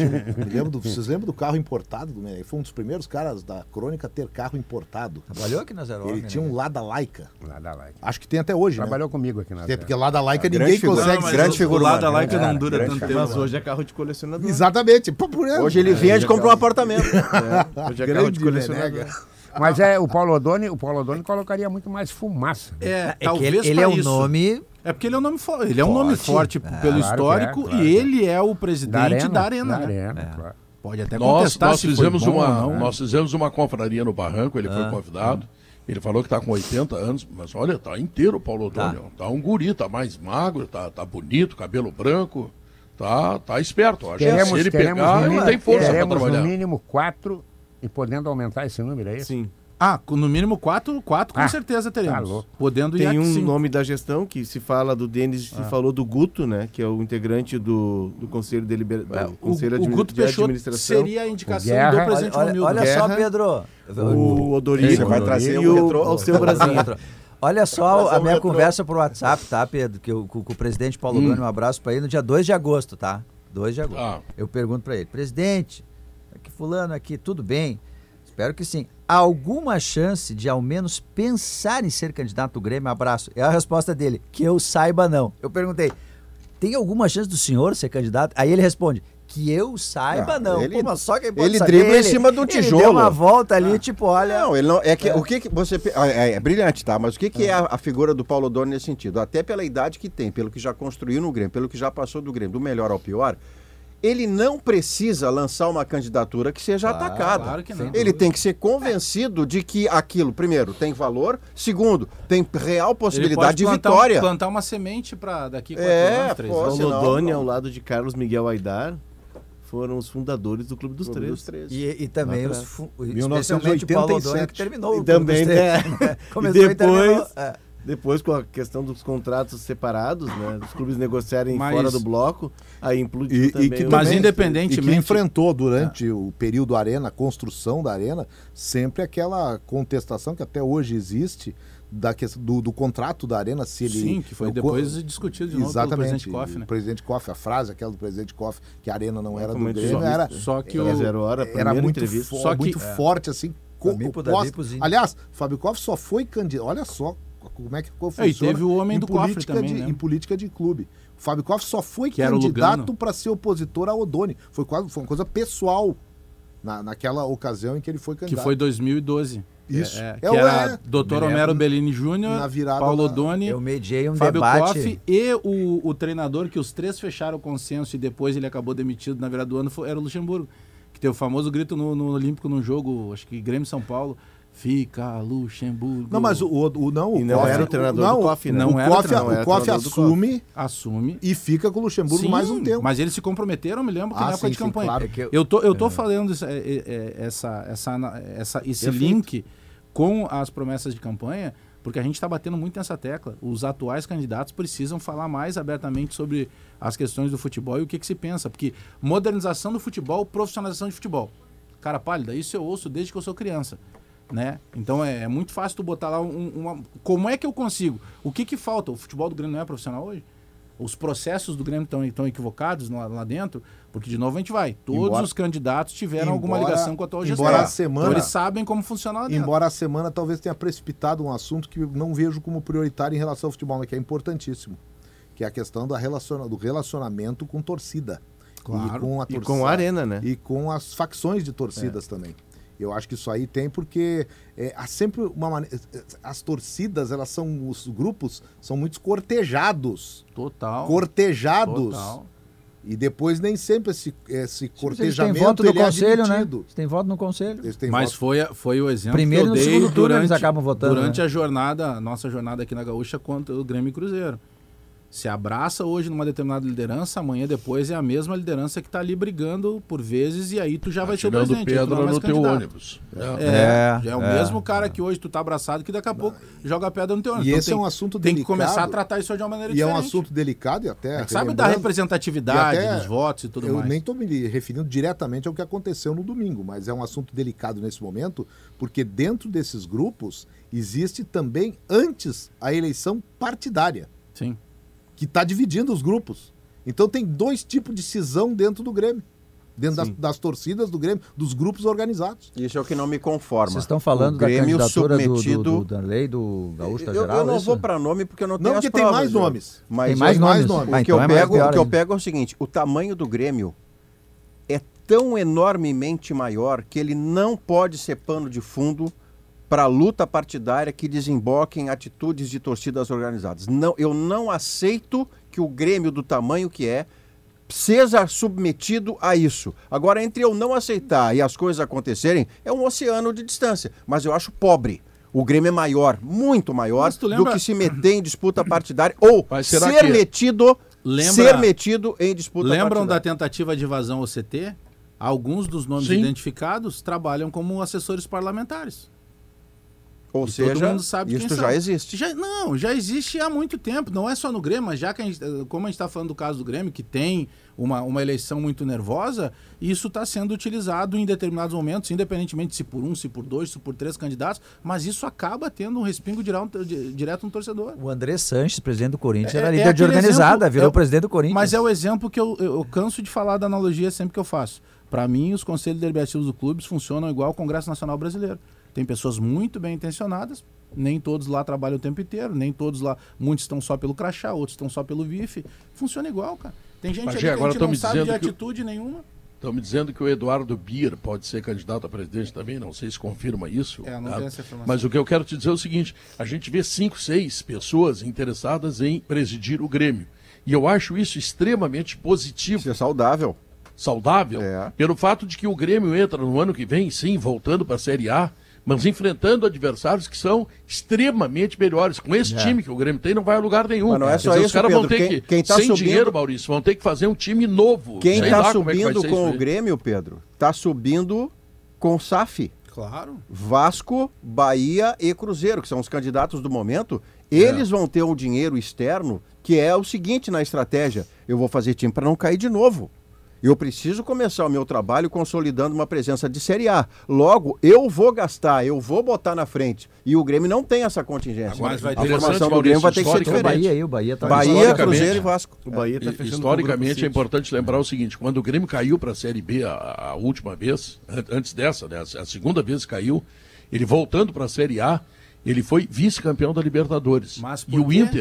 Vocês lembram do carro importado do Meneghetti? Foi um dos primeiros caras da crônica a ter carro importado. Trabalhou aqui na Zero Hora. Ele tinha um Lada Laika. Lada Laika. Acho que tem até hoje, Trabalhou comigo aqui na Zero. Porque Lada Laika ninguém consegue. Grande figura. O Lada Laika não dura tanto tempo. Mas hoje é carro de colecionador. Exatamente. Hoje ele vende e compra um apartamento. Hoje é carro de colecionador. Mas o Paulo Odoni colocaria muito mais fumaça. Talvez ele é um nome... É porque ele é um nome forte. Ele é um nome forte pelo histórico e ele é o presidente da Arena. Claro. Pode até contestar nós fizemos uma confraria no Barranco, ele foi convidado. Ele falou que está com 80 anos, mas olha, está inteiro o Paulo Odoni. Tá um guri, está mais magro, tá bonito, cabelo branco, tá esperto. Acho que se ele pegar, ele tem força para trabalhar. No mínimo 4 e podendo aumentar esse número, é isso? Sim. No mínimo 4 com certeza teremos. Tá podendo Tem um nome da gestão que se fala do Denis, se falou do Guto, né? Que é o integrante do Conselho O Guto Peixoto seria a indicação do presidente Romildo. Olha só, Pedro. O Odorico vai trazer o seu Brasil. Olha só a minha conversa por WhatsApp, tá, Pedro? Com o presidente Paulo Odoni, um abraço para ele, no dia 2 de agosto, tá? 2 de agosto. Eu pergunto para ele, presidente, aqui fulano aqui, tudo bem? Espero que sim. Há alguma chance de ao menos pensar em ser candidato do Grêmio? Abraço. É a resposta dele, que eu saiba não. Eu perguntei, tem alguma chance do senhor ser candidato? Aí ele responde, que eu saiba não. Mas só quem pode saber, dribla em cima do tijolo. Ele deu uma volta ali, tipo, olha... Não, ele não... O que você... É brilhante, tá? Mas o que é a figura do Paulo Odoni nesse sentido? Até pela idade que tem, pelo que já construiu no Grêmio, pelo que já passou do Grêmio, do melhor ao pior... Ele não precisa lançar uma candidatura que seja atacada. Claro que não. Ele tem que ser convencido de que aquilo, primeiro, tem valor, segundo, tem real possibilidade de vitória. Plantar uma semente para daqui 4 anos, 3 anos. O Odoni, ao lado de Carlos Miguel Aidar, foram os fundadores do Clube dos 13. E também especialmente o Paulo Odoni, que terminou o Clube dos 13. Começou e terminou. Depois, com a questão dos contratos separados, né, os clubes negociarem fora do bloco, aí implodiu também. Mas independentemente... E que enfrentou durante o período Arena, a construção da Arena, sempre aquela contestação que até hoje existe da questão do contrato da Arena, se ele... Sim, que foi depois discutido de novo pelo presidente Koff, né? O presidente Koff, a frase aquela do presidente Koff, que a Arena não era do Grêmio, só que o Zero Hora, era muito forte, assim. Aliás, Fábio Koff só foi candidato... Olha só como é que funciona. E teve o homem do cofre também, né? Em política de clube. O Fábio Koff só foi candidato para ser opositor a Odoni. Foi uma coisa pessoal naquela ocasião em que ele foi candidato. Que foi 2012. Isso. Que era Dr. Homero Bellini Júnior, Paulo Odoni, eu mediei Fábio debate. Koff e o treinador que os três fecharam o consenso e depois ele acabou demitido na virada do ano era o Luxemburgo. Que tem o famoso grito no Olímpico num jogo, acho que Grêmio São Paulo. Fica Luxemburgo. Não, mas o não era o treinador do Koff, né? O Koff assume e fica com o Luxemburgo mais um tempo. Mas eles se comprometeram, me lembro, que na época de campanha. Claro. Eu tô falando esse link com as promessas de campanha, porque a gente está batendo muito nessa tecla. Os atuais candidatos precisam falar mais abertamente sobre as questões do futebol e o que se pensa. Porque modernização do futebol, profissionalização de futebol. Cara pálida, isso eu ouço desde que eu sou criança. Né? Então é muito fácil tu botar lá como é que eu consigo? O que falta? O futebol do Grêmio não é profissional hoje? Os processos do Grêmio estão equivocados lá dentro? Porque, de novo, a gente vai. Todos os candidatos tiveram alguma ligação com a atual gestão. Então eles sabem como funciona lá dentro. Embora a semana talvez tenha precipitado um assunto que eu não vejo como prioritário em relação ao futebol, que é importantíssimo, que é a questão do relacionamento com torcida. Claro. E com a torcida, e com a arena, né? E com as facções de torcidas também. Eu acho que isso aí tem porque há sempre uma maneira. As torcidas, os grupos são muito cortejados. Total. Cortejados. Total. E depois nem sempre esse cortejamento tem voto no conselho, admitido. Né? Você tem voto no conselho. Mas foi o exemplo primeiro que eu dei segundo turno eles acabam votando, durante né? a nossa jornada aqui na Gaúcha contra o Grêmio e Cruzeiro. Se abraça hoje numa determinada liderança, amanhã depois é a mesma liderança que está ali brigando por vezes, e aí tu já vai ser o presidente. Pedro tu não é no teu ônibus. É o mesmo cara que hoje tu tá abraçado que daqui a pouco joga pedra no teu ônibus. E então esse é um assunto tem delicado. Tem que começar a tratar isso de uma maneira diferente. E é um assunto delicado e até... sabe da representatividade dos votos e tudo mais. Eu nem estou me referindo diretamente ao que aconteceu no domingo, mas é um assunto delicado nesse momento, porque dentro desses grupos existe também, antes, a eleição partidária. Sim. Que está dividindo os grupos. Então tem dois tipos de cisão dentro do Grêmio. Dentro das torcidas do Grêmio, dos grupos organizados. Isso é o que não me conforma. Vocês estão falando da candidatura da lei do Gaúcho da Geral? Eu não vou para nome porque eu não tenho as porque provas. Tem mais nomes. Tem mais nomes. O que eu pego é o seguinte, o tamanho do Grêmio é tão enormemente maior que ele não pode ser pano de fundo para a luta partidária que desemboque em atitudes de torcidas organizadas. Não, eu não aceito que o Grêmio do tamanho que seja submetido a isso. Agora, entre eu não aceitar e as coisas acontecerem, é um oceano de distância. Mas eu acho pobre. O Grêmio é maior, muito maior, do que se meter em disputa partidária ou ser metido em disputa partidária. Lembram da tentativa de invasão ao CT? Alguns dos nomes identificados trabalham como assessores parlamentares. Ou e seja, todo mundo sabe isso quem já existe. Já existe há muito tempo. Não é só no Grêmio, mas já que como a gente está falando do caso do Grêmio, que tem uma eleição muito nervosa, isso está sendo utilizado em determinados momentos, independentemente se por 1, se por 2, se por 3 candidatos, mas isso acaba tendo um respingo direto no torcedor. O André Sanches, presidente do Corinthians, era líder de organizada, virou presidente do Corinthians. Mas é o exemplo que eu canso de falar da analogia sempre que eu faço. Para mim, os conselhos deliberativos do clube funcionam igual ao Congresso Nacional Brasileiro. Tem pessoas muito bem intencionadas, nem todos lá trabalham o tempo inteiro, nem todos lá, muitos estão só pelo crachá, outros estão só pelo bife. Funciona igual, cara. Tem gente ali que a gente não sabe de atitude nenhuma. Estão me dizendo que o Eduardo Bier pode ser candidato a presidente também, não sei se confirma isso. Não tem essa informação. Mas o que eu quero te dizer é o seguinte, a gente vê 5, 6 pessoas interessadas em presidir o Grêmio. E eu acho isso extremamente positivo. Isso é saudável. Saudável? Pelo fato de que o Grêmio entra no ano que vem, sim, voltando para a Série A, mas enfrentando adversários que são extremamente melhores. Com esse time que o Grêmio tem, não vai a lugar nenhum. Mas não é só isso, os caras vão ter quem tá sem subindo, dinheiro, Maurício, vão ter que fazer um time novo. Quem está subindo com o Grêmio, Pedro, está subindo com o SAF. Claro. Vasco, Bahia e Cruzeiro, que são os candidatos do momento. Eles vão ter um dinheiro externo, que é o seguinte na estratégia. Eu vou fazer time para não cair de novo. Eu preciso começar o meu trabalho consolidando uma presença de Série A. Logo, eu vou gastar, eu vou botar na frente. E o Grêmio não tem essa contingência. Mas a formação do Grêmio vai ter que ser diferente. O Bahia tá Cruzeiro e Vasco. O Bahia tá historicamente é importante lembrar o seguinte, quando o Grêmio caiu para a Série B a última vez, antes dessa, né, a segunda vez que caiu, ele voltando para a Série A, ele foi vice-campeão da Libertadores. E o Inter...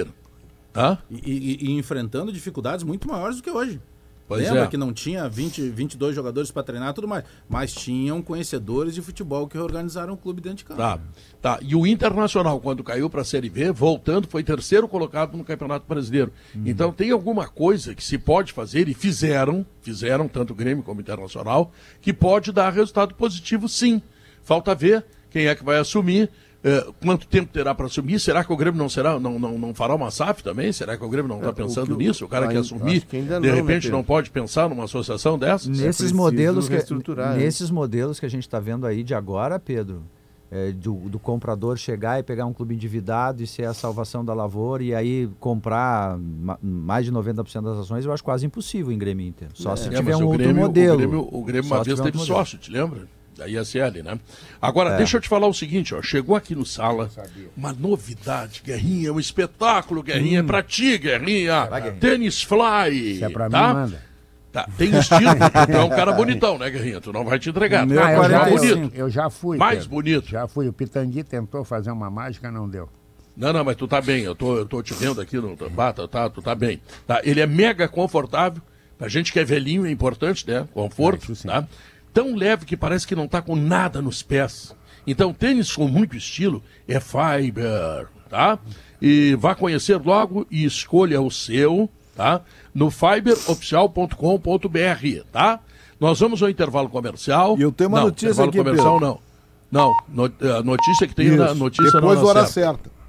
E enfrentando dificuldades muito maiores do que hoje. Lembra que não tinha 22 jogadores para treinar e tudo mais, mas tinham conhecedores de futebol que organizaram o clube dentro de campo. Tá. E o Internacional, quando caiu para a Série B, voltando, foi terceiro colocado no Campeonato Brasileiro. Então tem alguma coisa que se pode fazer, e fizeram tanto o Grêmio como o Internacional, que pode dar resultado positivo, sim. Falta ver quem é que vai assumir. Quanto tempo terá para assumir? Será que o Grêmio não fará uma SAF também? Será que o Grêmio não está pensando nisso? O cara que assumir, de repente, não pode pensar numa associação dessas? Nesses modelos que a gente está vendo aí de agora, Pedro, do comprador chegar e pegar um clube endividado e ser a salvação da lavoura e aí comprar mais de 90% das ações, eu acho quase impossível em Grêmio Inter. Só se tiver um outro modelo. O Grêmio uma vez teve sócio, te lembra? Da ISL, né? Agora, deixa eu te falar o seguinte, ó. Chegou aqui no Sala uma novidade, Guerrinha, um espetáculo, Guerrinha, é pra ti, Guerrinha. Tênis Fly. Se é pra tá? mim, manda. Tá, tem estilo, tu é um cara bonitão, né, Guerrinha? Tu não vai te entregar. Não, eu já fui. Mais Pedro. bonito. Já fui. O Pitangui tentou fazer uma mágica, não deu. Não, mas tu tá bem, eu tô te vendo aqui no Bata, tu tá bem. Tá? Ele é mega confortável, pra gente que é velhinho é importante, né? Conforto, tá? Tão leve que parece que não tá com nada nos pés. Então, tênis com muito estilo é Fiber, tá? E vá conhecer logo e escolha o seu, tá? No fiberoficial.com.br, tá? Nós vamos ao intervalo comercial. E eu tenho uma notícia aqui, comercial, Pedro. Não, a notícia que tem na notícia depois não da hora certa.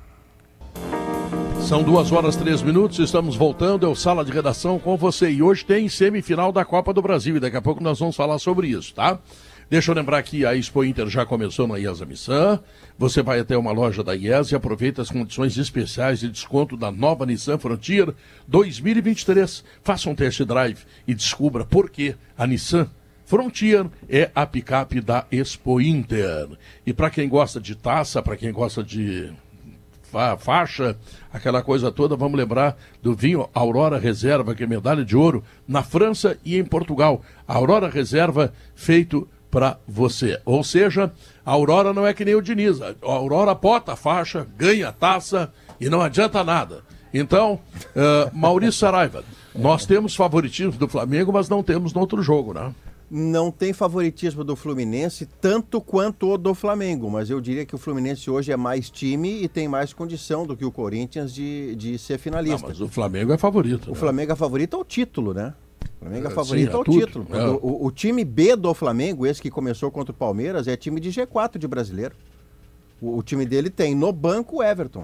São 2h03, estamos voltando, é o Sala de Redação com você. E hoje tem semifinal da Copa do Brasil e daqui a pouco nós vamos falar sobre isso, tá? Deixa eu lembrar que a Expo Inter já começou na IESA Nissan. Você vai até uma loja da IESA e aproveita as condições especiais de desconto da nova Nissan Frontier 2023. Faça um test drive e descubra por que a Nissan Frontier é a picape da Expo Inter. E para quem gosta de taça, para quem gosta de faixa, aquela coisa toda, vamos lembrar do vinho Aurora Reserva, que é medalha de ouro na França e em Portugal. Aurora Reserva feito para você. Ou seja, a Aurora não é que nem o Diniz. A Aurora bota a faixa, ganha a taça e não adianta nada. Então, Maurício Saraiva, nós temos favoritismo do Flamengo, mas não temos no outro jogo, né? Não tem favoritismo do Fluminense tanto quanto o do Flamengo, mas eu diria que o Fluminense hoje é mais time e tem mais condição do que o Corinthians de ser finalista. Não, mas o Flamengo é favorito. O Flamengo é favorito ao título, né? O Flamengo é favorito ao tudo. título. O time B do Flamengo, esse que começou contra o Palmeiras, é time de G4 de brasileiro. O time dele tem no banco o Everton.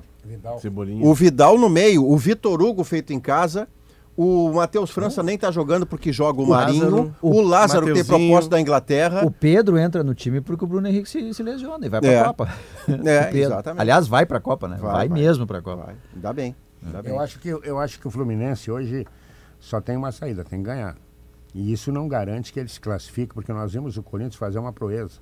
O Vidal no meio, o Vitor Hugo feito em casa. O Matheus França nem tá jogando porque joga o Marinho. O Lázaro tem proposta da Inglaterra. O Pedro entra no time porque o Bruno Henrique se lesiona e vai pra Copa. Exatamente. Aliás, vai pra Copa, né? Vai mesmo pra Copa. Vai. Ainda bem. Eu acho que o Fluminense hoje só tem uma saída, tem que ganhar. E isso não garante que ele se classifique, porque nós vimos o Corinthians fazer uma proeza.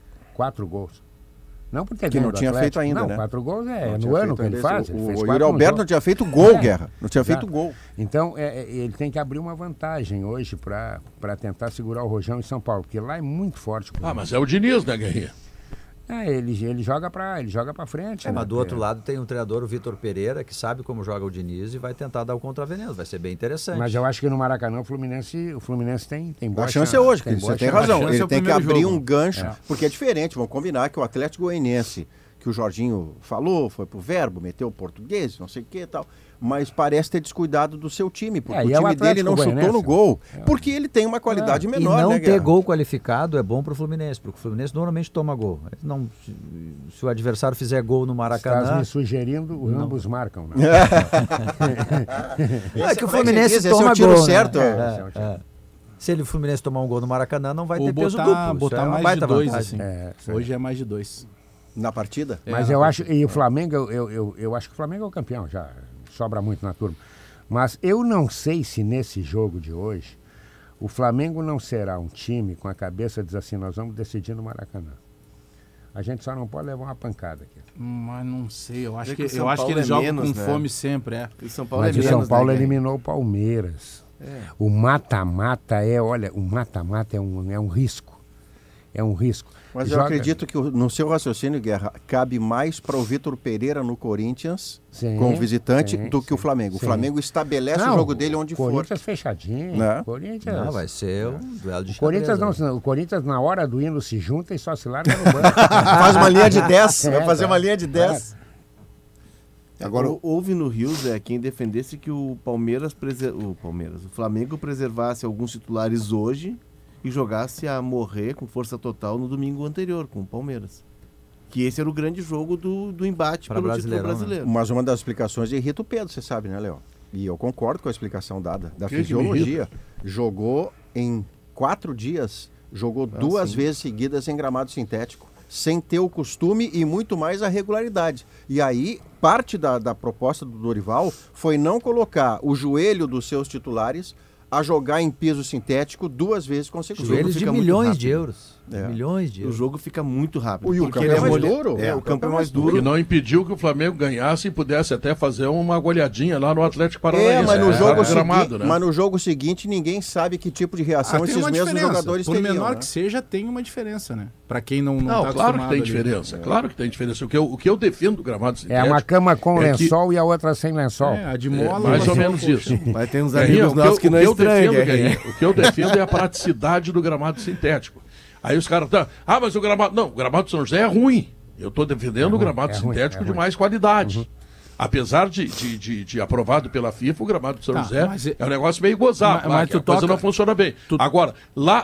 4 gols. Não porque que não tinha feito ainda, né? 4 gols no ano que ele faz. O Yuri Alberto não tinha feito gol, Guerra. Não tinha feito gol. Então, ele tem que abrir uma vantagem hoje para tentar segurar o Rojão em São Paulo, porque lá é muito forte. Mas é o Diniz, né, Guerrinha? Ele joga para frente. Mas do outro lado tem um treinador, o Vitor Pereira, que sabe como joga o Diniz e vai tentar dar o contraveneno. Vai ser bem interessante. Mas eu acho que no Maracanã o Fluminense tem boa chance. A chance é hoje, você tem razão. Ele tem que abrir um gancho, porque é diferente. Vamos combinar que o Atlético Goianiense, que o Jorginho falou, foi pro verbo, meteu o português, não sei o que e tal, mas parece ter descuidado do seu time, porque o time dele não chutou no gol, porque ele tem uma qualidade menor, e não né, ter gol qualificado é bom pro Fluminense, porque o Fluminense normalmente toma gol. Não, se o adversário fizer gol no Maracanã... Estás me sugerindo, ambos marcam, né? É que o Fluminense toma gol, certo. Se o Fluminense tomar um gol no Maracanã, não vai ter peso duplo. Botar mais de 2, assim. Hoje é mais de 2. Na partida? Mas eu acho, e o Flamengo, eu acho que o Flamengo é o campeão, já sobra muito na turma. Mas eu não sei se nesse jogo de hoje, o Flamengo não será um time com a cabeça diz assim, nós vamos decidir no Maracanã. A gente só não pode levar uma pancada aqui. Mas não sei, eu acho que eles jogam com fome sempre, O São Paulo mas o São Paulo eliminou o Palmeiras. O mata-mata o mata-mata é um risco. É um risco. Mas eu acredito que no seu raciocínio, Guerra, cabe mais para o Vitor Pereira no Corinthians, como visitante, do que o Flamengo. O Flamengo estabelece o jogo dele onde for. O Corinthians fechadinho. Corinthians... Não, vai ser um duelo de o Corinthians, na hora do hino, se junta e só se larga no banco. Faz uma linha de 10. Vai fazer uma linha de 10. Agora, houve no Rio, Zé, quem defendesse que o Flamengo preservasse alguns titulares hoje e jogasse a morrer com força total no domingo anterior, com o Palmeiras. Que esse era o grande jogo do embate pelo título brasileiro. Mas uma das explicações irrita o Pedro, você sabe, né, Léo? E eu concordo com a explicação dada, da fisiologia. Jogou em 4 dias, jogou 2 vezes seguidas em gramado sintético, sem ter o costume e muito mais a regularidade. E aí, parte da proposta do Dorival foi não colocar o joelho dos seus titulares a jogar em piso sintético 2 vezes consecutivas. Joelhos de milhões de euros. Milhões de euros. O jogo fica muito rápido. E o campo é mais duro? O campo é mais duro. Que não impediu que o Flamengo ganhasse e pudesse até fazer uma goleadinha lá no Atlético Paranaense. Mas no jogo seguinte ninguém sabe que tipo de reação esses mesmos jogadores teriam. Por menor que seja, tem uma diferença, né? Pra quem não tá claro que tem diferença. Claro que tem diferença. O que eu defendo do gramado sintético... É uma cama com lençol e a outra sem lençol. A de mola... mais ou menos isso. Vai ter uns amigos nossos que não é estranho. O que eu defendo é a praticidade do gramado sintético. Aí os caras estão... mas o gramado... Não, o gramado de São José é ruim. Eu estou defendendo o gramado sintético de mais qualidade. Apesar de aprovado pela FIFA, o gramado de São José é um negócio meio gozado, mas a coisa não funciona bem. Agora, lá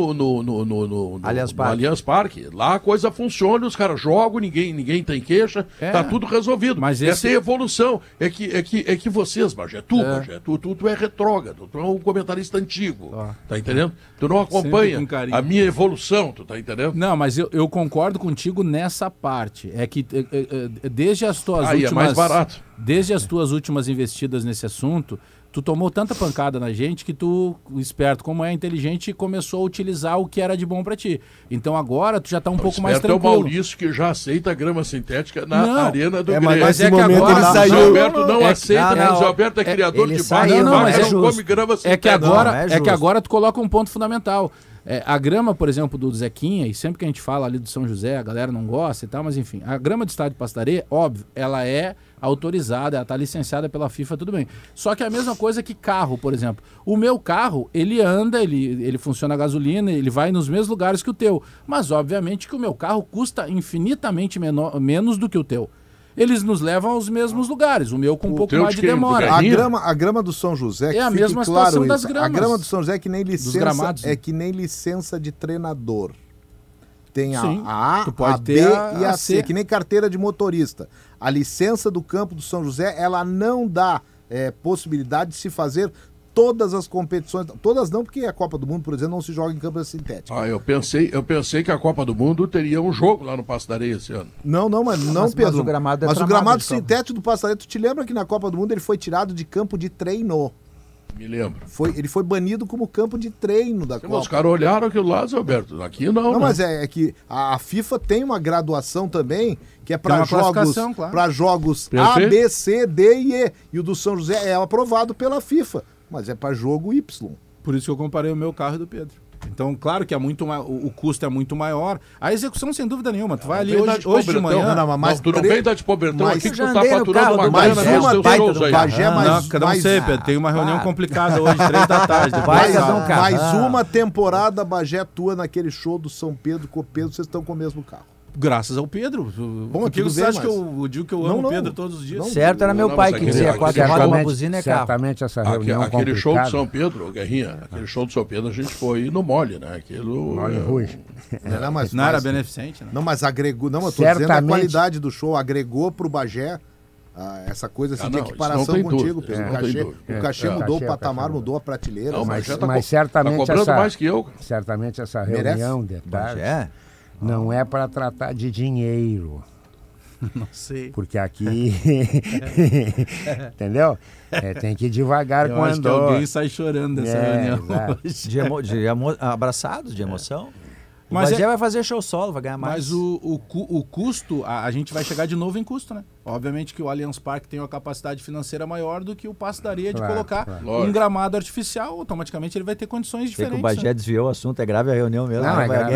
no Allianz Parque, lá a coisa funciona, os caras jogam, ninguém tem queixa, tá tudo resolvido. Mas essa é a evolução. É que vocês, Bagé, tu é retrógrado, tu é um comentarista antigo, tá entendendo? Tu não acompanha a minha evolução, tu tá entendendo? Não, mas eu concordo contigo nessa parte. É que desde as tuas últimas... é mais barato. Desde as tuas últimas investidas nesse assunto, tu tomou tanta pancada na gente que tu, esperto como é, inteligente, começou a utilizar o que era de bom pra ti. Então agora tu já tá um pouco mais tranquilo. É o Maurício que já aceita a grama sintética na arena do Grêmio. Mas é que agora... ele saiu. O Zé Alberto não aceita, né? O Zé Alberto é criador de bairro, não come grama sintética. É que agora tu coloca um ponto fundamental. A grama, por exemplo, do Zequinha, e sempre que a gente fala ali do São José, a galera não gosta e tal, mas enfim, a grama do estádio de Pastaria, óbvio, ela é autorizada, ela está licenciada pela FIFA, tudo bem. Só que é a mesma coisa que carro, por exemplo. O meu carro, ele anda, ele funciona a gasolina, ele vai nos mesmos lugares que o teu, mas obviamente que o meu carro custa infinitamente menos do que o teu. Eles nos levam aos mesmos lugares, o meu com um pouco mais de demora. A grama do São José, é a mesma situação das gramas. A grama do São José é que nem licença de treinador. Tem a A, a B e a C, que nem carteira de motorista. A licença do campo do São José, ela não dá possibilidade de se fazer todas as competições, todas não, porque a Copa do Mundo, por exemplo, não se joga em campo sintético. Eu pensei que a Copa do Mundo teria um jogo lá no Passo da Areia esse ano. Não, Pedro. Mas o gramado sintético do Passo da Areia, tu te lembra que na Copa do Mundo ele foi tirado de campo de treino? Me lembro. Ele foi banido como campo de treino da Copa. Os caras olharam aquilo lá, Zé Alberto. Aqui não. Não, mas é que a FIFA tem uma graduação também, que é para jogos, claro, jogos A, B, C, D e E. E o do São José é aprovado pela FIFA, mas é para jogo Y. Por isso que eu comparei o meu carro e do Pedro. Então, claro que o custo é muito maior. A execução, sem dúvida nenhuma. Tu vai ali hoje de manhã... Tu não vem dar de Pobertão aqui que tu tá faturando uma grana nos teus shows aí. Não sei, Pedro. Tem uma reunião complicada hoje, 3 da tarde. Mais uma temporada Bagé tua naquele show do São Pedro com o Pedro, vocês estão com o mesmo carro. Graças ao Pedro. Bom, porque você acha que eu digo que eu amo o Pedro todos os dias? Certo, era meu pai que dizia 4 rodas, uma buzina é carro. Certamente essa reunião aquele show do São Pedro, Guerrinha, aquele show do São Pedro a gente foi no mole, né? Aquilo... Mole ruim. Não era beneficente, né? Não, mas agregou... Não, eu tô dizendo a qualidade do show, agregou pro Bagé essa coisa assim de equiparação contigo, Pedro. O cachê mudou, o patamar mudou, a prateleira. Não, mas certamente tá cobrando mais que eu. Certamente essa reunião, detalhe... Não é para tratar de dinheiro. Não sei. Porque aqui... Entendeu? Tem que ir devagar com a acho que alguém sai chorando dessa reunião. Abraçados de emoção. Mas vai fazer show solo, vai ganhar mais. Mas o custo, a gente vai chegar de novo em custo, né? Obviamente que o Allianz Parque tem uma capacidade financeira maior do que o Passo da Areia de colocar um gramado artificial, automaticamente ele vai ter condições diferentes. O Bagé desviou o assunto, é grave a reunião mesmo. Não, é grave.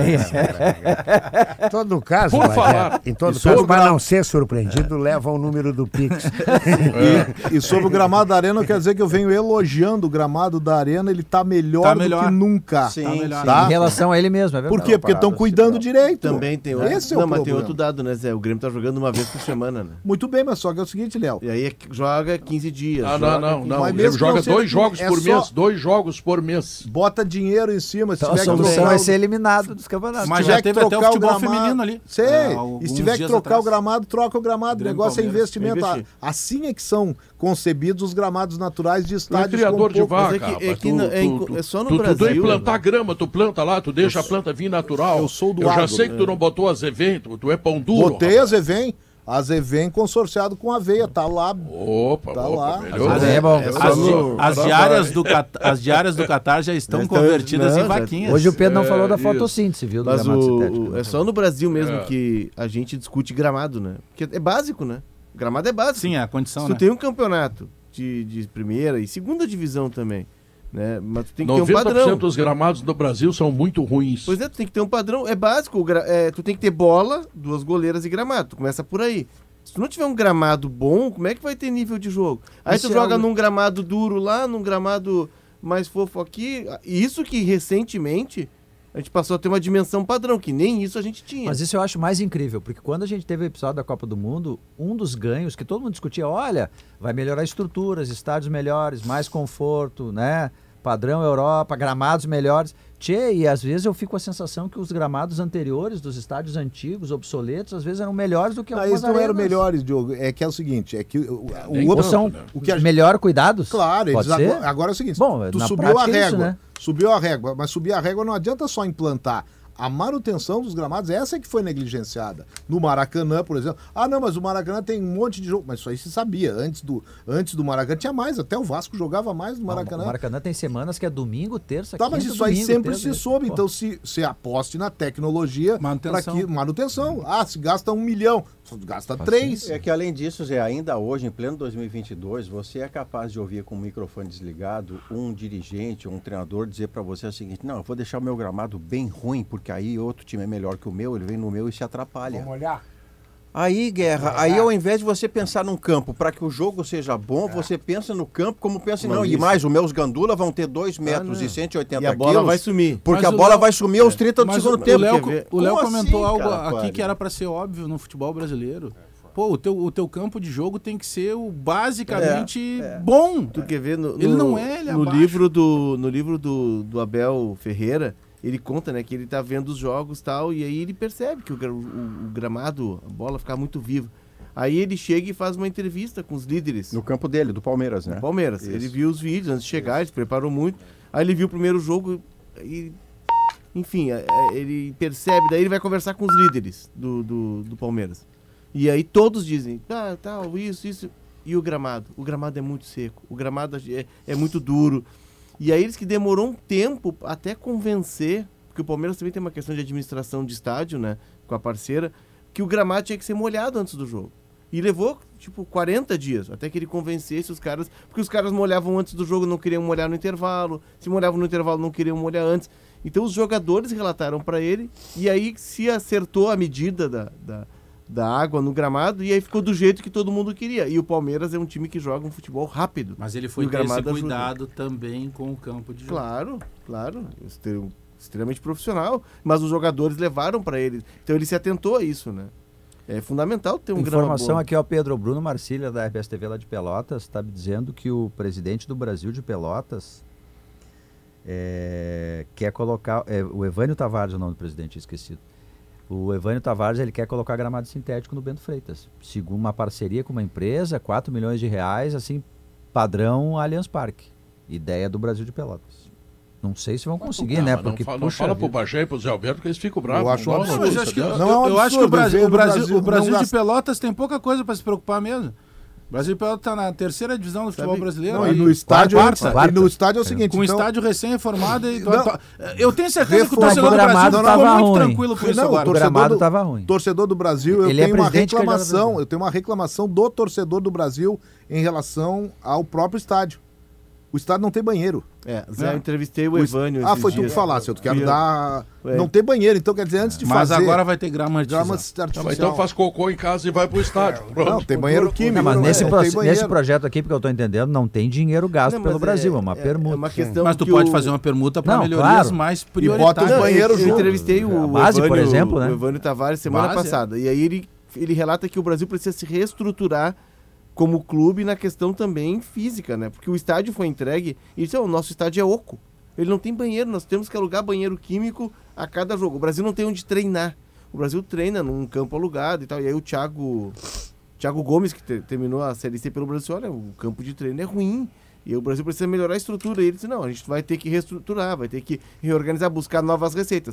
Em todo caso, para não ser surpreendido, leva o número do Pix. E sobre o gramado da Arena, quer dizer que eu venho elogiando o gramado da Arena, ele tá melhor do que nunca. Sim, tá melhor. Em relação a ele mesmo, é verdade. Por quê? Porque estão cuidando direito. Também tem outro. Mas tem outro dado, né, Zé? O Grêmio tá jogando uma vez por semana, né? Muito bem, mas só que é o seguinte, Léo. E aí joga 15 dias. Não. O Grêmio joga 2 jogos por mês. 2 jogos por mês. Bota dinheiro em cima. Então a solução é ser eliminado dos campeonatos. Mas já teve até o futebol feminino ali. Sei. E se tiver que trocar o gramado, troca o gramado. O negócio é investimento. Assim é que são concebidos os gramados naturais de estádios. Tu é criador de vaca. É só no Brasil. Tu tem que plantar grama, tu planta lá, tu deixa a planta vir natural. Eu sou do já sei que tu não botou azevém, tu é pão duro. Botei azevém. A Zevém consorciado com a Aveia, tá lá. Tá lá. As diárias do Qatar já estão convertidas em vaquinhas. Hoje o Pedro não falou da fotossíntese, viu? Do gramado sintético. É só no Brasil mesmo que a gente discute gramado, né? Porque é básico, né? Gramado é básico. Sim, é a condição, Se tu tem um campeonato de primeira e segunda divisão também, né? Mas tu tem que ter um padrão. 90% dos gramados do Brasil são muito ruins. Pois é, tu tem que ter um padrão, é básico, tu tem que ter bola, 2 goleiras e gramado, tu começa por aí. Se tu não tiver um gramado bom, como é que vai ter nível de jogo? Aí tu joga num gramado duro lá, num gramado mais fofo aqui, isso que recentemente a gente passou a ter uma dimensão padrão, que nem isso a gente tinha. Mas isso eu acho mais incrível, porque quando a gente teve o episódio da Copa do Mundo, um dos ganhos que todo mundo discutia, olha, vai melhorar estruturas, estádios melhores, mais conforto, né? Padrão Europa, gramados melhores. E às vezes eu fico com a sensação que os gramados anteriores dos estádios antigos, obsoletos, às vezes eram melhores do que algumas arenas. Eles não eram melhores, Diogo. É que é o seguinte, é que melhor cuidados? Claro, agora é o seguinte, bom, tu subiu a régua, isso, né? Subiu a régua, mas subir a régua não adianta só implantar. A manutenção dos gramados, essa é que foi negligenciada. No Maracanã, por exemplo. Ah, não, mas o Maracanã tem um monte de jogo. Mas isso aí se sabia. Antes do Maracanã tinha mais. Até o Vasco jogava mais no Maracanã. O Maracanã tem semanas que é domingo, terça, quinta, mas isso aí sempre se soube. Então se aposte na tecnologia para que manutenção. Ah, se gasta 1 milhão, gasta 3. É que além disso, Zé, ainda hoje, em pleno 2022, você é capaz de ouvir com o microfone desligado um dirigente, um treinador dizer para você o seguinte: não, eu vou deixar o meu gramado bem ruim, porque aí outro time é melhor que o meu, ele vem no meu e se atrapalha. Vamos olhar. Aí, Guerra, aí ao invés de você pensar num campo para que o jogo seja bom, você pensa no campo como pensa, não, e mais, os meus gandula vão ter 2 metros e 180 quilos. E a bola vai sumir. Porque a bola vai sumir aos 30 do segundo tempo. O Léo comentou algo aqui que era para ser óbvio no futebol brasileiro. Pô, o teu campo de jogo tem que ser basicamente bom. Tu quer ver ele não é, ele é no livro do Abel Ferreira, ele conta, né, que ele tá vendo os jogos e tal, e aí ele percebe que o gramado, a bola fica muito viva. Aí ele chega e faz uma entrevista com os líderes. No campo dele, do Palmeiras, né? Do Palmeiras. Isso. Ele viu os vídeos antes de chegar, ele se preparou muito. Aí ele viu o primeiro jogo e... Enfim, ele percebe, daí ele vai conversar com os líderes do Palmeiras. E aí todos dizem, isso. E o gramado? O gramado é muito seco, o gramado é muito duro. E aí eles que demorou um tempo até convencer, porque o Palmeiras também tem uma questão de administração de estádio, né, com a parceira, que o gramado tinha que ser molhado antes do jogo. E levou, 40 dias, até que ele convencesse os caras, porque os caras molhavam antes do jogo, não queriam molhar no intervalo, se molhavam no intervalo, não queriam molhar antes. Então os jogadores relataram para ele, e aí se acertou a medida da água no gramado, e aí ficou do jeito que todo mundo queria. E o Palmeiras é um time que joga um futebol rápido. Mas ele foi ter esse cuidado também com o campo de jogo. Claro. Extremamente profissional. Mas os jogadores levaram para ele. Então ele se atentou a isso, né? É fundamental ter um gramado bom. Informação aqui, ó, Pedro Bruno Marcília, da RBS TV lá de Pelotas, está dizendo que o presidente do Brasil de Pelotas quer colocar... o Evânio Tavares é o nome do presidente, esquecido. O Evânio Tavares, ele quer colocar gramado sintético no Bento Freitas. Segundo uma parceria com uma empresa, 4 milhões de reais, assim, padrão Allianz Parque. Ideia do Brasil de Pelotas. Não sei se vão conseguir, né? Porque, não fala pro Bagé e pro Zé Alberto que eles ficam bravos. Eu acho um absurdo. Eu acho que o Brasil de Pelotas tem pouca coisa para se preocupar mesmo. O Brasil de Pelotas está na 3ª divisão do futebol brasileiro. Não, e no estádio é o seguinte... Com um estádio recém-reformado... Eu tenho certeza que o torcedor do Brasil ficou muito tranquilo com isso agora. O gramado estava ruim. Torcedor do Brasil, eu tenho uma reclamação do torcedor do Brasil em relação ao próprio estádio. O estádio não tem banheiro. Zé, eu entrevistei o Evânio. Foi tu que falasse, eu quero dar... Não tem banheiro, então quer dizer, antes de fazer... Mas agora vai ter grama artificial. Então faz cocô em casa e vai pro estádio. Não, tem banheiro químico. Mas nesse projeto aqui, porque eu estou entendendo, não tem dinheiro gasto pelo Brasil, é uma permuta. Uma questão mas tu pode fazer uma permuta para melhorias mais prioritárias. E bota os banheiros junto. Eu entrevistei o base, Evânio, por exemplo, né? O Evânio Tavares semana passada. E aí ele relata que o Brasil precisa se reestruturar como clube na questão também física, né? Porque o estádio foi entregue e disse, o nosso estádio é oco. Ele não tem banheiro, nós temos que alugar banheiro químico a cada jogo. O Brasil não tem onde treinar. O Brasil treina num campo alugado e tal. E aí o Thiago Gomes, que terminou a Série C pelo Brasil, olha, o campo de treino é ruim. E o Brasil precisa melhorar a estrutura. E ele disse, não, a gente vai ter que reestruturar, vai ter que reorganizar, buscar novas receitas.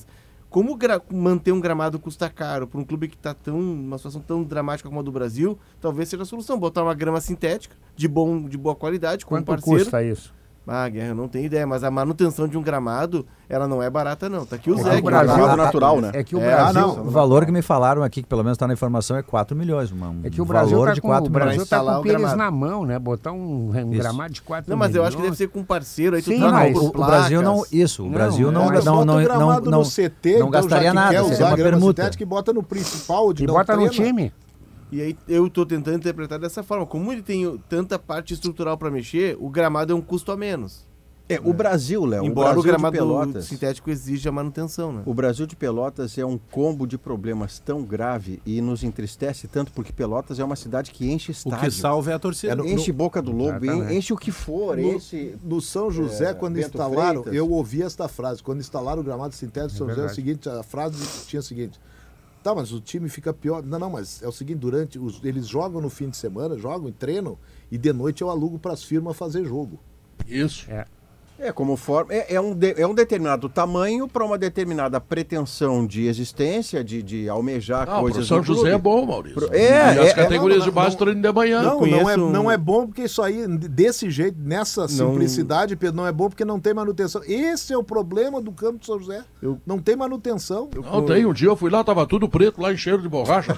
Como manter um gramado custa caro para um clube que está numa situação tão dramática como a do Brasil, talvez seja a solução. Botar uma grama sintética de boa qualidade com um parceiro. Quanto custa isso? Guerra, eu não tenho ideia, mas a manutenção de um gramado, ela não é barata, não. Tá aqui o Zé, o Brasil, natural, né? É que o Brasil, o valor que me falaram aqui, que pelo menos está na informação, é 4 milhões. É que o Brasil valor tá de 4 o Brasil está com o pires gramado na mão, né? Botar um gramado de 4 milhões. Não, mas eu acho que deve ser com um parceiro. Aí Sim, tu mas o Brasil não... Isso, o Brasil não gastaria nada, seria uma permuta. Que bota no principal, e bota no time. E aí eu tô tentando interpretar dessa forma. Como ele tem tanta parte estrutural para mexer, o gramado é um custo a menos. O Brasil, Léo, embora o gramado sintético exija manutenção, né? O Brasil de Pelotas é um combo de problemas tão grave e nos entristece tanto porque Pelotas é uma cidade que enche estádio. O que salva é a torcida. Enche Boca do Lobo, enche o que for. No São José, quando Bento instalaram, Freitas. eu ouvi esta frase, quando instalaram o gramado sintético São José, a frase tinha o seguinte: tá, mas o time fica pior. Não, mas é o seguinte, eles jogam no fim de semana, jogam e treinam, e de noite eu alugo para as firmas fazer jogo. Isso. Como forma, é um determinado tamanho para uma determinada pretensão de existência, de almejar coisas. O São José é bom, Maurício. E as categorias de base treinam de manhã. Não é bom porque isso aí, desse jeito, nessa simplicidade, Pedro, não é bom porque não tem manutenção. Esse é o problema do campo de São José. Não tem manutenção. Não tem. Um dia eu fui lá, tava tudo preto, lá em cheiro de borracha.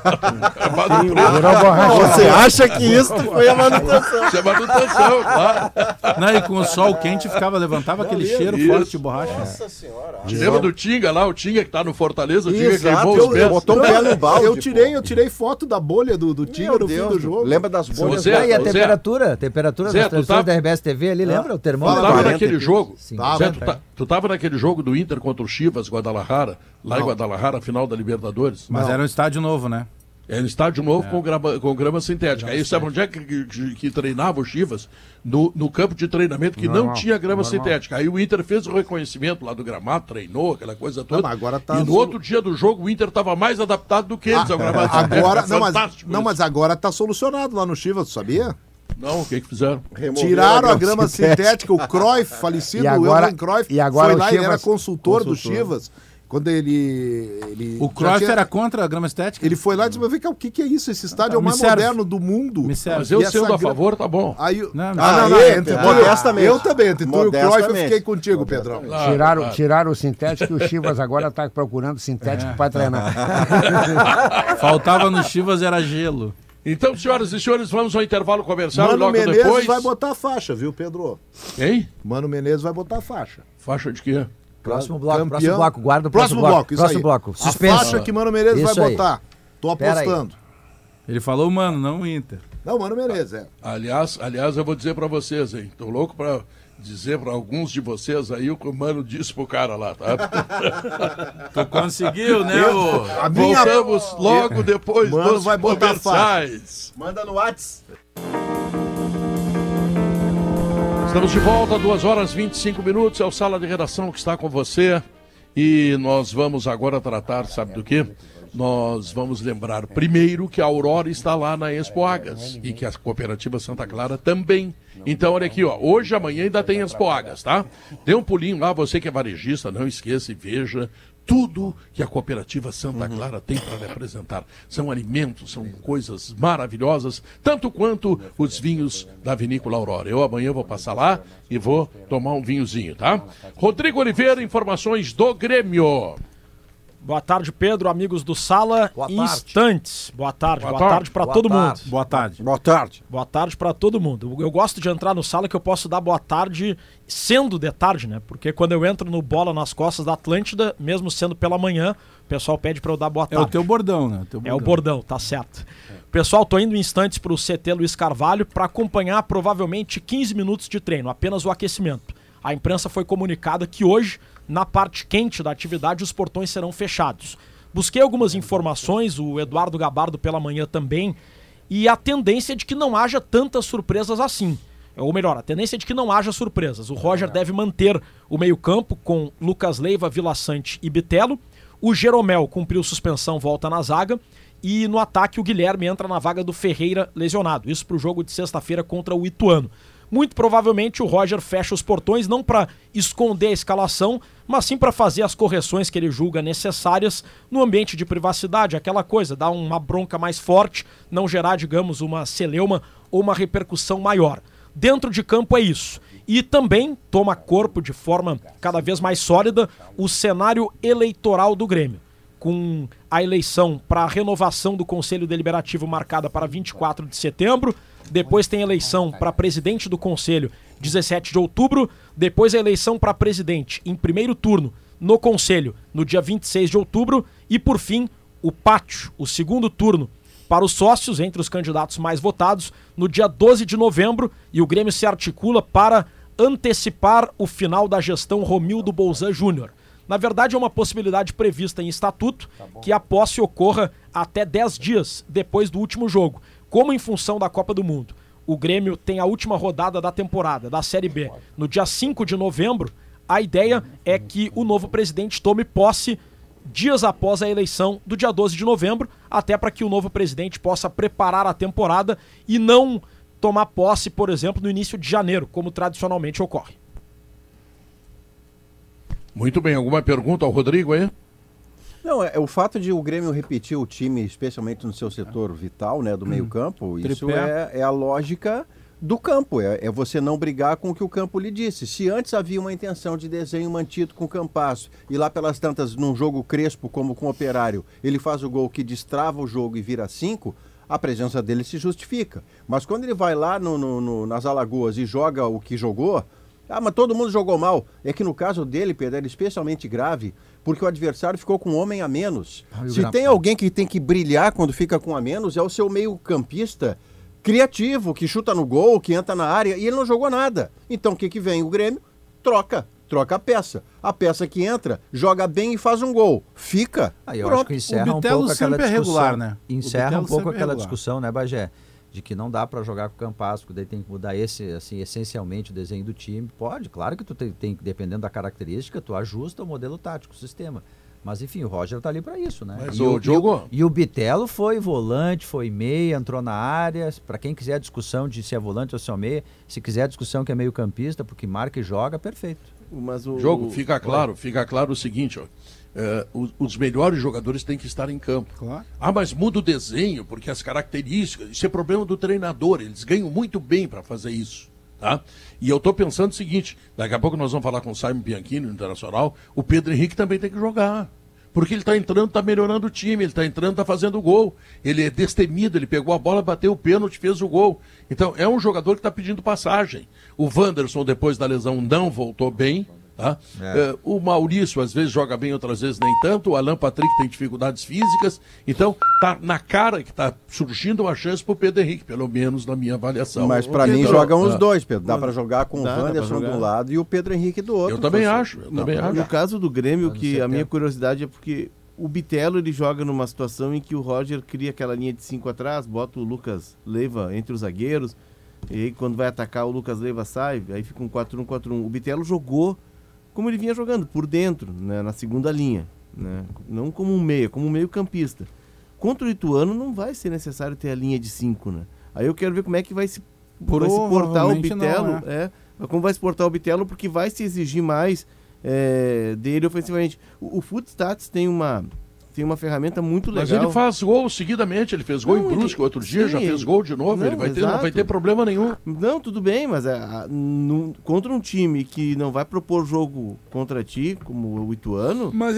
Você acha que isso foi a manutenção? Isso é manutenção, claro. Não, e com o sol quente levantava aquele cheiro forte de borracha. Nossa senhora. Lembra do Tinga lá, o Tinga que tá no Fortaleza, o Tinga queimou os pés. Botou um pé no balde. Eu tirei foto da bolha do Tinga no fim do jogo. Lembra das bolhas? E a temperatura das transmissões da RBS TV ali, lembra? O termômetro. Tu tava naquele jogo. Zé, tu tava naquele jogo do Inter contra o Chivas, Guadalajara, lá em Guadalajara, final da Libertadores. Mas era um estádio novo, né? É um estádio novo com grama sintética. Aí sabe onde é que treinava o Chivas? No campo de treinamento que não tinha grama sintética. Aí o Inter fez o reconhecimento lá do gramado, treinou, aquela coisa toda. E no outro dia do jogo o Inter estava mais adaptado do que eles ao gramado sintético. Mas agora está solucionado lá no Chivas, sabia? Não, o que fizeram? Tiraram a grama sintética, o Cruyff, falecido, o Johan Cruyff, foi lá e era consultor do Chivas. Quando ele o Cruyff era contra a grama estética? Ele foi lá e disse, mas vem cá, o que é isso? Esse estádio é o mais moderno do mundo. Mas eu sendo a favor, tá bom. Aí, modestamente. Eu também, entre tu e o Cruyff, eu fiquei contigo, Pedrão. Tiraram o sintético e o Chivas agora tá procurando sintético para treinar. Faltava no Chivas era gelo. Então, senhoras e senhores, vamos ao intervalo comercial. Mano logo Menezes depois vai botar a faixa, viu, Pedro? Quem? Mano Menezes vai botar a faixa. Faixa de quê? Próximo bloco, guarda o próximo bloco. Próximo bloco. Suspense. A faixa que Mano Menezes vai botar. Tô apostando. Ele falou Mano, não o Inter. Não, Mano Menezes, é. Aliás, eu vou dizer pra vocês, hein? Tô louco pra dizer pra alguns de vocês aí o que o Mano disse pro cara lá, tá? Tu conseguiu, né? Voltamos logo depois Mano dos vai botar comerciais. Manda no WhatsApp. Estamos de volta, 2h25, é o Sala de Redação que está com você e nós vamos agora tratar, sabe do quê? Nós vamos lembrar primeiro que a Aurora está lá na Expo Agas e que a Cooperativa Santa Clara também. Então, olha aqui, ó, hoje, amanhã ainda tem Expo Agas, tá? Dê um pulinho lá, você que é varejista, não esqueça e veja tudo que a Cooperativa Santa Clara tem para lhe apresentar. São alimentos, são coisas maravilhosas, tanto quanto os vinhos da Vinícola Aurora. Eu amanhã vou passar lá e vou tomar um vinhozinho, tá? Rodrigo Oliveira, informações do Grêmio. Boa tarde, Pedro, amigos do Sala. Instantes. Boa tarde para todo mundo. Boa tarde. Boa tarde para todo mundo. Eu gosto de entrar no Sala que eu posso dar boa tarde sendo de tarde, né? Porque quando eu entro no Bola nas Costas da Atlântida, mesmo sendo pela manhã, o pessoal pede para eu dar boa tarde. É o teu bordão, né? É o bordão, tá certo. Pessoal, tô indo em instantes pro CT Luiz Carvalho para acompanhar provavelmente 15 minutos de treino, apenas o aquecimento. A imprensa foi comunicada que hoje, na parte quente da atividade, os portões serão fechados. Busquei algumas informações, o Eduardo Gabardo pela manhã também, e a tendência é de que não haja tantas surpresas assim. Ou melhor, a tendência é de que não haja surpresas. O Roger deve manter o meio-campo com Lucas Leiva, Vila Sante e Bitelo. O Jeromel cumpriu suspensão, volta na zaga. E no ataque o Guilherme entra na vaga do Ferreira lesionado. Isso para o jogo de sexta-feira contra o Ituano. muito provavelmente o Roger fecha os portões não para esconder a escalação, mas sim para fazer as correções que ele julga necessárias no ambiente de privacidade, aquela coisa, dar uma bronca mais forte, não gerar, digamos, uma celeuma ou uma repercussão maior. Dentro de campo é isso. E também toma corpo de forma cada vez mais sólida o cenário eleitoral do Grêmio, com a eleição para a renovação do Conselho Deliberativo marcada para 24 de setembro, depois tem a eleição para presidente do Conselho, 17 de outubro, depois a eleição para presidente em primeiro turno no Conselho, no dia 26 de outubro, e por fim, o pátio, o segundo turno, para os sócios, entre os candidatos mais votados, no dia 12 de novembro, e o Grêmio se articula para antecipar o final da gestão Romildo Bolzan Júnior. Na verdade, é uma possibilidade prevista em estatuto que a posse ocorra até 10 dias depois do último jogo. Como em função da Copa do Mundo, o Grêmio tem a última rodada da temporada, da Série B, no dia 5 de novembro, a ideia é que o novo presidente tome posse dias após a eleição do dia 12 de novembro, até para que o novo presidente possa preparar a temporada e não tomar posse, por exemplo, no início de janeiro, como tradicionalmente ocorre. Muito bem, alguma pergunta ao Rodrigo aí? Não, é o fato de o Grêmio repetir o time, especialmente no seu setor vital, né, do meio-campo, isso é a lógica do campo, é você não brigar com o que o campo lhe disse. Se antes havia uma intenção de desenho mantido com o Campasso, e lá pelas tantas, num jogo crespo como com o Operário, ele faz o gol que destrava o jogo e vira 5, a presença dele se justifica. Mas quando ele vai lá nas Alagoas e joga o que jogou, mas todo mundo jogou mal. É que no caso dele, Pedro, era especialmente grave, porque o adversário ficou com um homem a menos. Se tem alguém que tem que brilhar quando fica com um a menos, é o seu meio-campista criativo, que chuta no gol, que entra na área, e ele não jogou nada. Então o que vem? O Grêmio troca a peça. A peça que entra, joga bem e faz um gol. Fica. Eu acho que encerra um pouco aquela discussão. Regular, né? Encerra um pouco aquela discussão, né, Bagé? De que não dá para jogar com o Campasso, daí tem que mudar essencialmente o desenho do time. Pode, claro que tu tem, dependendo da característica, tu ajusta o modelo tático, o sistema. Mas enfim, o Roger tá ali para isso, né? Mas o Diogo... E o Bitelo foi volante, foi meia, entrou na área. Para quem quiser a discussão de se é volante ou se é meia, se quiser a discussão que é meio campista, porque marca e joga, perfeito. Mas Jogo, fica claro o seguinte, ó. Os melhores jogadores têm que estar em campo. Claro. Mas muda o desenho, porque as características, isso é problema do treinador, eles ganham muito bem para fazer isso, tá? E eu tô pensando o seguinte, daqui a pouco nós vamos falar com o Simon Bianchini no Internacional, o Pedro Henrique também tem que jogar, porque ele tá entrando, tá melhorando o time, ele tá entrando, tá fazendo gol, ele é destemido, ele pegou a bola, bateu o pênalti, fez o gol, então é um jogador que tá pedindo passagem. O Wanderson, depois da lesão, não voltou bem, tá? O Maurício às vezes joga bem, outras vezes nem tanto. O Alan Patrick tem dificuldades físicas. Então tá na cara que tá surgindo uma chance pro Pedro Henrique, pelo menos na minha avaliação. Mas para mim jogam os dois, Pedro. Dá para jogar com o Wanderson de um lado e o Pedro Henrique do outro. Eu também acho. No caso do Grêmio, que a minha curiosidade é porque o Bitelo ele joga numa situação em que o Roger cria aquela linha de 5 atrás, bota o Lucas Leiva entre os zagueiros, e aí quando vai atacar o Lucas Leiva sai, aí fica um 4-1-4-1. O Bitelo jogou como ele vinha jogando, por dentro, né, na segunda linha, né, não como um meia, como um meio campista. Contra o Ituano não vai ser necessário ter a linha de 5, né? Aí eu quero ver como é que vai se portar o Bitelo, como vai se portar o Bitelo, porque vai se exigir mais dele ofensivamente. O Footstats tem uma ferramenta muito legal. Mas ele faz gol seguidamente, ele fez gol em Brusque outro dia, já fez gol de novo, ele não vai ter problema nenhum. Não, tudo bem, mas contra um time que não vai propor jogo contra ti, como o Ituano... Mas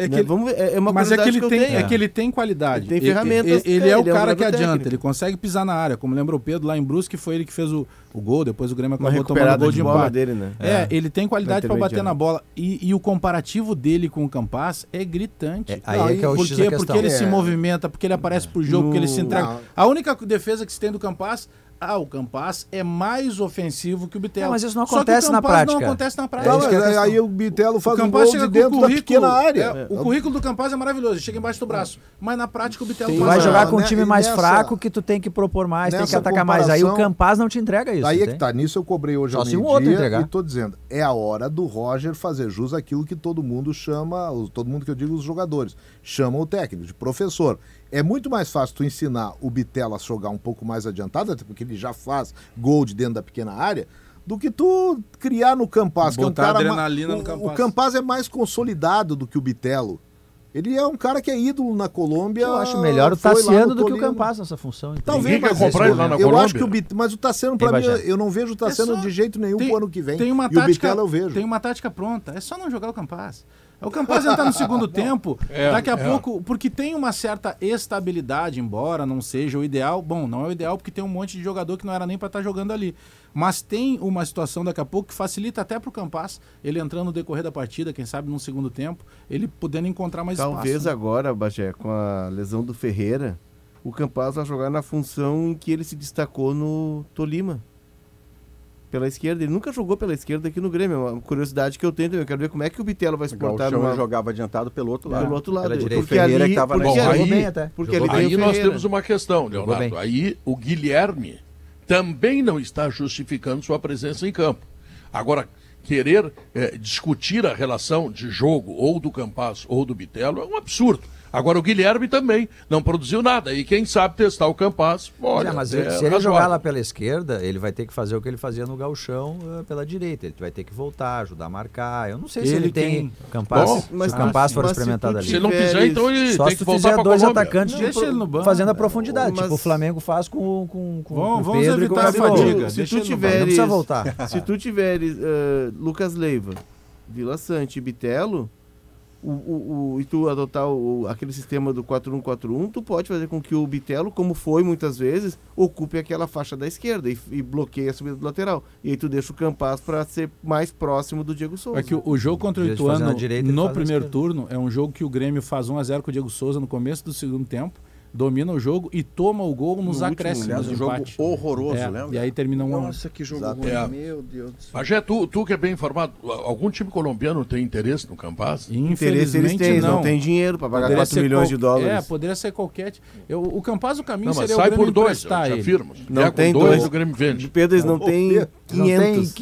que ele tem qualidade. Ele tem ferramentas. Ele é o cara que adianta, técnico. Ele consegue pisar na área. Como lembra o Pedro, lá em Brusque foi ele que fez o gol, depois o Grêmio acabou tomando o gol de bola dele, né? Ele tem qualidade para bater na bola. E o comparativo dele com o Campaz é gritante. Aí é que é o X da questão. Porque ele se movimenta, porque ele aparece pro jogo, porque ele se entrega. A única defesa que se tem do Campaz... o Campaz é mais ofensivo que o Bitelo. Mas isso não acontece na prática. Não acontece na prática. Aí o Bitelo faz um gol de dentro da pequena área. O currículo do Campaz é maravilhoso, chega embaixo do braço. Mas na prática o Bitelo Tu vai jogar com um time mais fraco que tu tem que propor mais, tem que atacar mais. Aí o Campaz não te entrega isso. Aí é que tá, nisso eu cobrei hoje ao meio-dia e tô dizendo, é a hora do Roger fazer jus àquilo que todo mundo chama, todo mundo que eu digo os jogadores, chamam o técnico de professor. É muito mais fácil tu ensinar o Bitelo a jogar um pouco mais adiantado, até porque ele já faz gol de dentro da pequena área, do que tu criar no Campaz. Botar que é um cara adrenalina no Campaz. O Campaz é mais consolidado do que o Bitelo. Ele é um cara que é ídolo na Colômbia. Eu acho melhor o Tassiano do que o Campaz nessa função. Então. Talvez, quer comprar ele lá na eu Colômbia? acho que mas o Tassiano, pra mim, eu não vejo o Tassiano de jeito nenhum pro ano que vem. Tem uma e tática, o Bitelo eu vejo. Tem uma tática pronta. É só não jogar o Campaz. O Campaz entrar no segundo tempo, daqui a pouco, porque tem uma certa estabilidade, embora não seja o ideal. Bom, não é o ideal porque tem um monte de jogador que não era nem para estar jogando ali. Mas tem uma situação daqui a pouco que facilita até pro Campaz, ele entrando no decorrer da partida, quem sabe num segundo tempo, ele podendo encontrar mais espaço. Talvez agora, Bagé, com a lesão do Ferreira, o Campaz vai jogar na função em que ele se destacou no Tolima. Pela esquerda, ele nunca jogou pela esquerda aqui no Grêmio, é uma curiosidade que eu tenho, eu quero ver como é que o Bitelo vai se portar. Ele jogava adiantado pelo outro lado. Pelo outro lado. Porque ali estava na aí nós temos uma questão, Leonardo. Aí o Guilherme também não está justificando sua presença em campo. Agora, querer discutir a relação de jogo ou do Campaz ou do Bitelo é um absurdo. Agora o Guilherme também não produziu nada. E quem sabe testar o Campaz, olha... mas se ele jogar lá pela esquerda, ele vai ter que fazer o que ele fazia no gauchão pela direita. Ele vai ter que voltar, ajudar a marcar. Eu não sei se ele tem Campaz. Bom, mas se o Campaz for experimentado ali. Se ele não quiser, então ele só tem que voltar para dois atacantes deixa ele no banco, fazendo a profundidade. Tipo o Flamengo faz com o vamos Pedro e com o evitar a fadiga. Se tu tiveres, não precisa voltar. Se tu tiveres Lucas Leiva, Vila Sante e Bitelo, e tu adotar aquele sistema do 4-1-4-1, tu pode fazer com que o Bitelo, como foi muitas vezes, ocupe aquela faixa da esquerda e bloqueie a subida do lateral. E aí tu deixa o Campaz para ser mais próximo do Diego Souza. É que o jogo contra o Ituano no primeiro turno é um jogo que o Grêmio faz 1-0 com o Diego Souza no começo do segundo tempo, domina o jogo e toma o gol nos acréscimos. Um jogo horroroso, lembra? E aí termina 1-1. Nossa, que jogo ruim, meu Deus do céu. Bagé, tu que é bem informado, algum time colombiano tem interesse no Campaz? Infelizmente eles não tem dinheiro para pagar 4 milhões de dólares. Poderia ser qualquer... O Campaz, o caminho não, seria sai o Grêmio por 2, emprestar ele. afirmo. Não tem 2, o Grêmio vende. Pedro, eles não tem 500.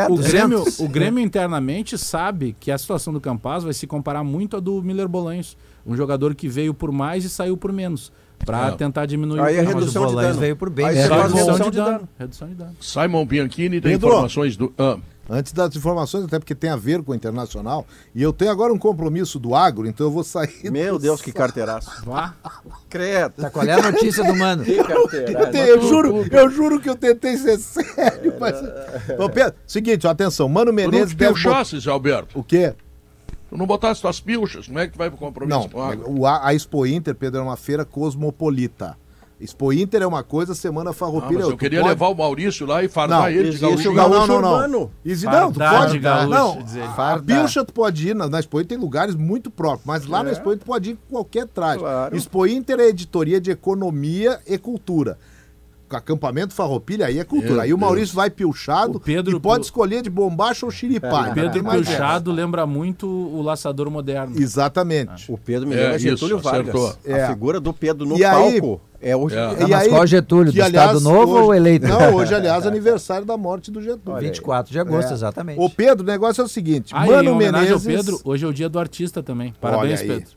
O Grêmio internamente sabe que a situação do Campaz vai se comparar muito à do Miller Bolanhos, um jogador que veio por mais e saiu por menos. Para tentar diminuir aí a redução de dano. Veio por bem. Redução de dano. Simon Bianchini tem informações do... Antes das informações, até porque tem a ver com o Internacional, e eu tenho agora um compromisso do agro, então eu vou sair... Meu Deus, que carteiraço. Vá. Credo. Tá, qual é a notícia do Mano? Que carteiraço. Eu juro que eu tentei ser sério, mas... Ô, Pedro, seguinte, atenção, Mano Menezes... Tu não pilchasses, Alberto. O quê? Tu não botasse tuas pilchas, como é que tu vai pro compromisso com a Não, a Expo Inter, Pedro, é uma feira cosmopolita. Expo Inter é uma coisa, Semana Farroupilha é outra. Eu queria levar o Maurício lá e fardar ele de gaúcho. Não. Não, tu pode. Não, a pilcha tu pode ir, na Expo Inter tem lugares muito próprios, mas lá na Expo Inter tu pode ir com qualquer traje. Claro. Expo Inter é editoria de economia e cultura. Acampamento Farroupilha, aí é cultura. Aí o Maurício vai pilchado e pode escolher de bombacha ou xiripá. O Pedro pilchado lembra muito o laçador moderno. Exatamente. O Pedro me lembra Getúlio Vargas. A figura do Pedro no palco. Mas qual Getúlio? Do Estado Novo ou eleito? Não, hoje, aliás, aniversário da morte do Getúlio. 24 de agosto, exatamente. Ô, Pedro, o negócio é o seguinte. Mano Menezes... Pedro, hoje é o dia do artista também. Parabéns, Pedro.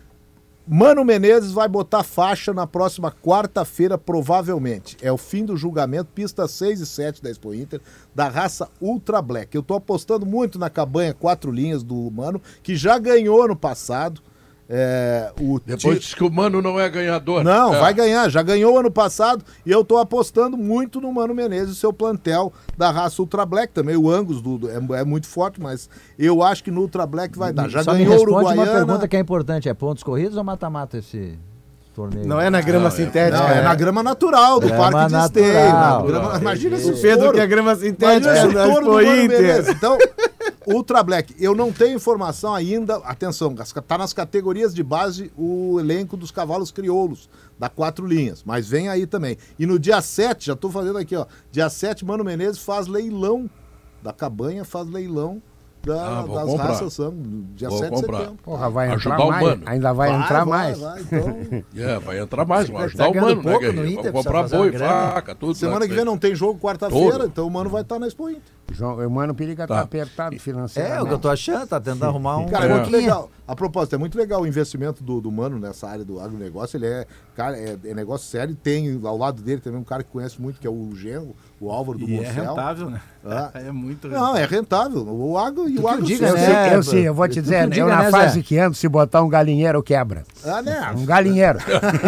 Mano Menezes vai botar faixa na próxima quarta-feira, provavelmente. É o fim do julgamento, pista 6 e 7 da Expo Inter, da raça Ultra Black. Eu tô apostando muito na cabanha 4 linhas do Mano, que já ganhou no passado. Depois diz que o Mano não é ganhador. Não, vai ganhar, já ganhou ano passado e eu tô apostando muito no Mano Menezes e seu plantel da raça Ultra Black, também o Angus é muito forte, mas eu acho que no Ultra Black vai dar. Já só ganhou o Uruguaiana. Uma pergunta que é importante, é pontos corridos ou mata-mata esse torneio? Não é na grama sintética. Não, é na grama natural do Parque de Esteio. Imagina esse Pedro que é grama sintética do Inter. Então, Ultra Black, eu não tenho informação ainda, atenção, tá nas categorias de base o elenco dos cavalos crioulos, da 4 linhas, mas vem aí também. E no dia 7, já tô fazendo aqui, ó, dia 7, Mano Menezes faz leilão da cabanha, faz leilão das comprar. Raças, dia 7 de setembro. Porra, vai entrar mais, ainda vai entrar mais. Então... vai entrar mais, vai ajudar o Mano, né, Vou comprar boi, vaca, tudo. Semana que vem não tem jogo quarta-feira, então o Mano vai estar na Expo Inter. O Mano Periga tá apertado financeiramente. É o que eu tô achando, tá tentando arrumar um... Cara, é muito legal. A propósito, é muito legal o investimento do Mano nessa área do agronegócio. Ele é, cara, é negócio sério. Tem ao lado dele também um cara que conhece muito, que é o Genro, o Álvaro do Moncel. É rentável, né? É muito rentável. Não, é rentável. O agro e o agro... Eu vou te dizer, eu na fase que ando, se botar um galinheiro, quebra. Né? Um galinheiro.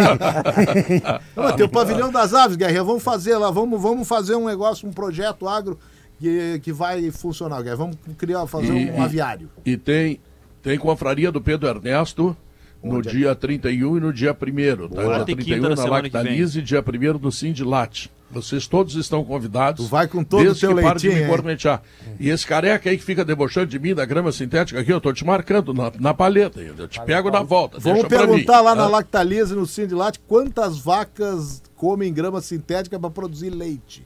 Tem o Pavilhão das Aves, Guerreiro. Vamos fazer lá, vamos fazer um negócio, um projeto agro que vai funcionar, Guerreiro. Vamos fazer um aviário. E tem confraria do Pedro Ernesto no dia 31 e no dia 1º. Tá? Dia 31 na Lactalise e dia 1º do Sindilat. Vocês todos estão convidados. Tu vai com todo o teu leitinho, de me cornetear. E esse careca aí que fica debochando de mim da grama sintética aqui, eu tô te marcando na paleta. Eu te pego na volta. Vamos perguntar lá na Lactalise, no Sindilat, quantas vacas comem grama sintética para produzir leite.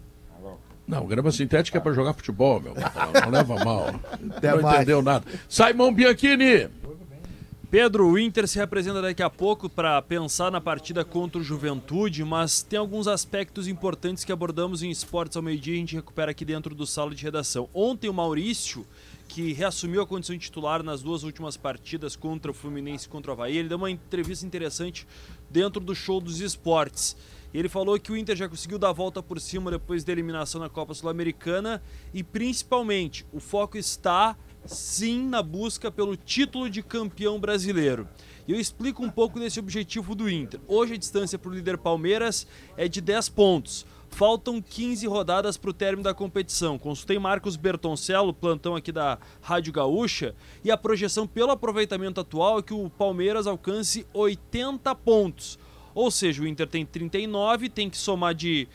Não, grama sintética é para jogar futebol, meu. Não leva mal. Não entendeu nada. Simon Bianchini. Pedro, o Inter se representa daqui a pouco para pensar na partida contra o Juventude, mas tem alguns aspectos importantes que abordamos em Esportes ao Meio-Dia e a gente recupera aqui dentro do Sala de Redação. Ontem o Maurício, que reassumiu a condição de titular nas duas últimas partidas contra o Fluminense e contra o Avaí, ele deu uma entrevista interessante dentro do Show dos Esportes. Ele falou que o Inter já conseguiu dar a volta por cima depois da eliminação na Copa Sul-Americana e, principalmente, o foco está, sim, na busca pelo título de campeão brasileiro. E eu explico um pouco desse objetivo do Inter. Hoje a distância para o líder Palmeiras é de 10 pontos. Faltam 15 rodadas para o término da competição. Consultei Marcos Bertoncello, plantão aqui da Rádio Gaúcha, e a projeção pelo aproveitamento atual é que o Palmeiras alcance 80 pontos. Ou seja, o Inter tem 39, tem que somar de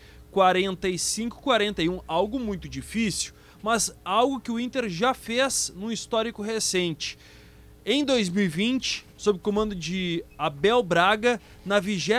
45, 41, algo muito difícil, mas algo que o Inter já fez num histórico recente. Em 2020, sob comando de Abel Braga, na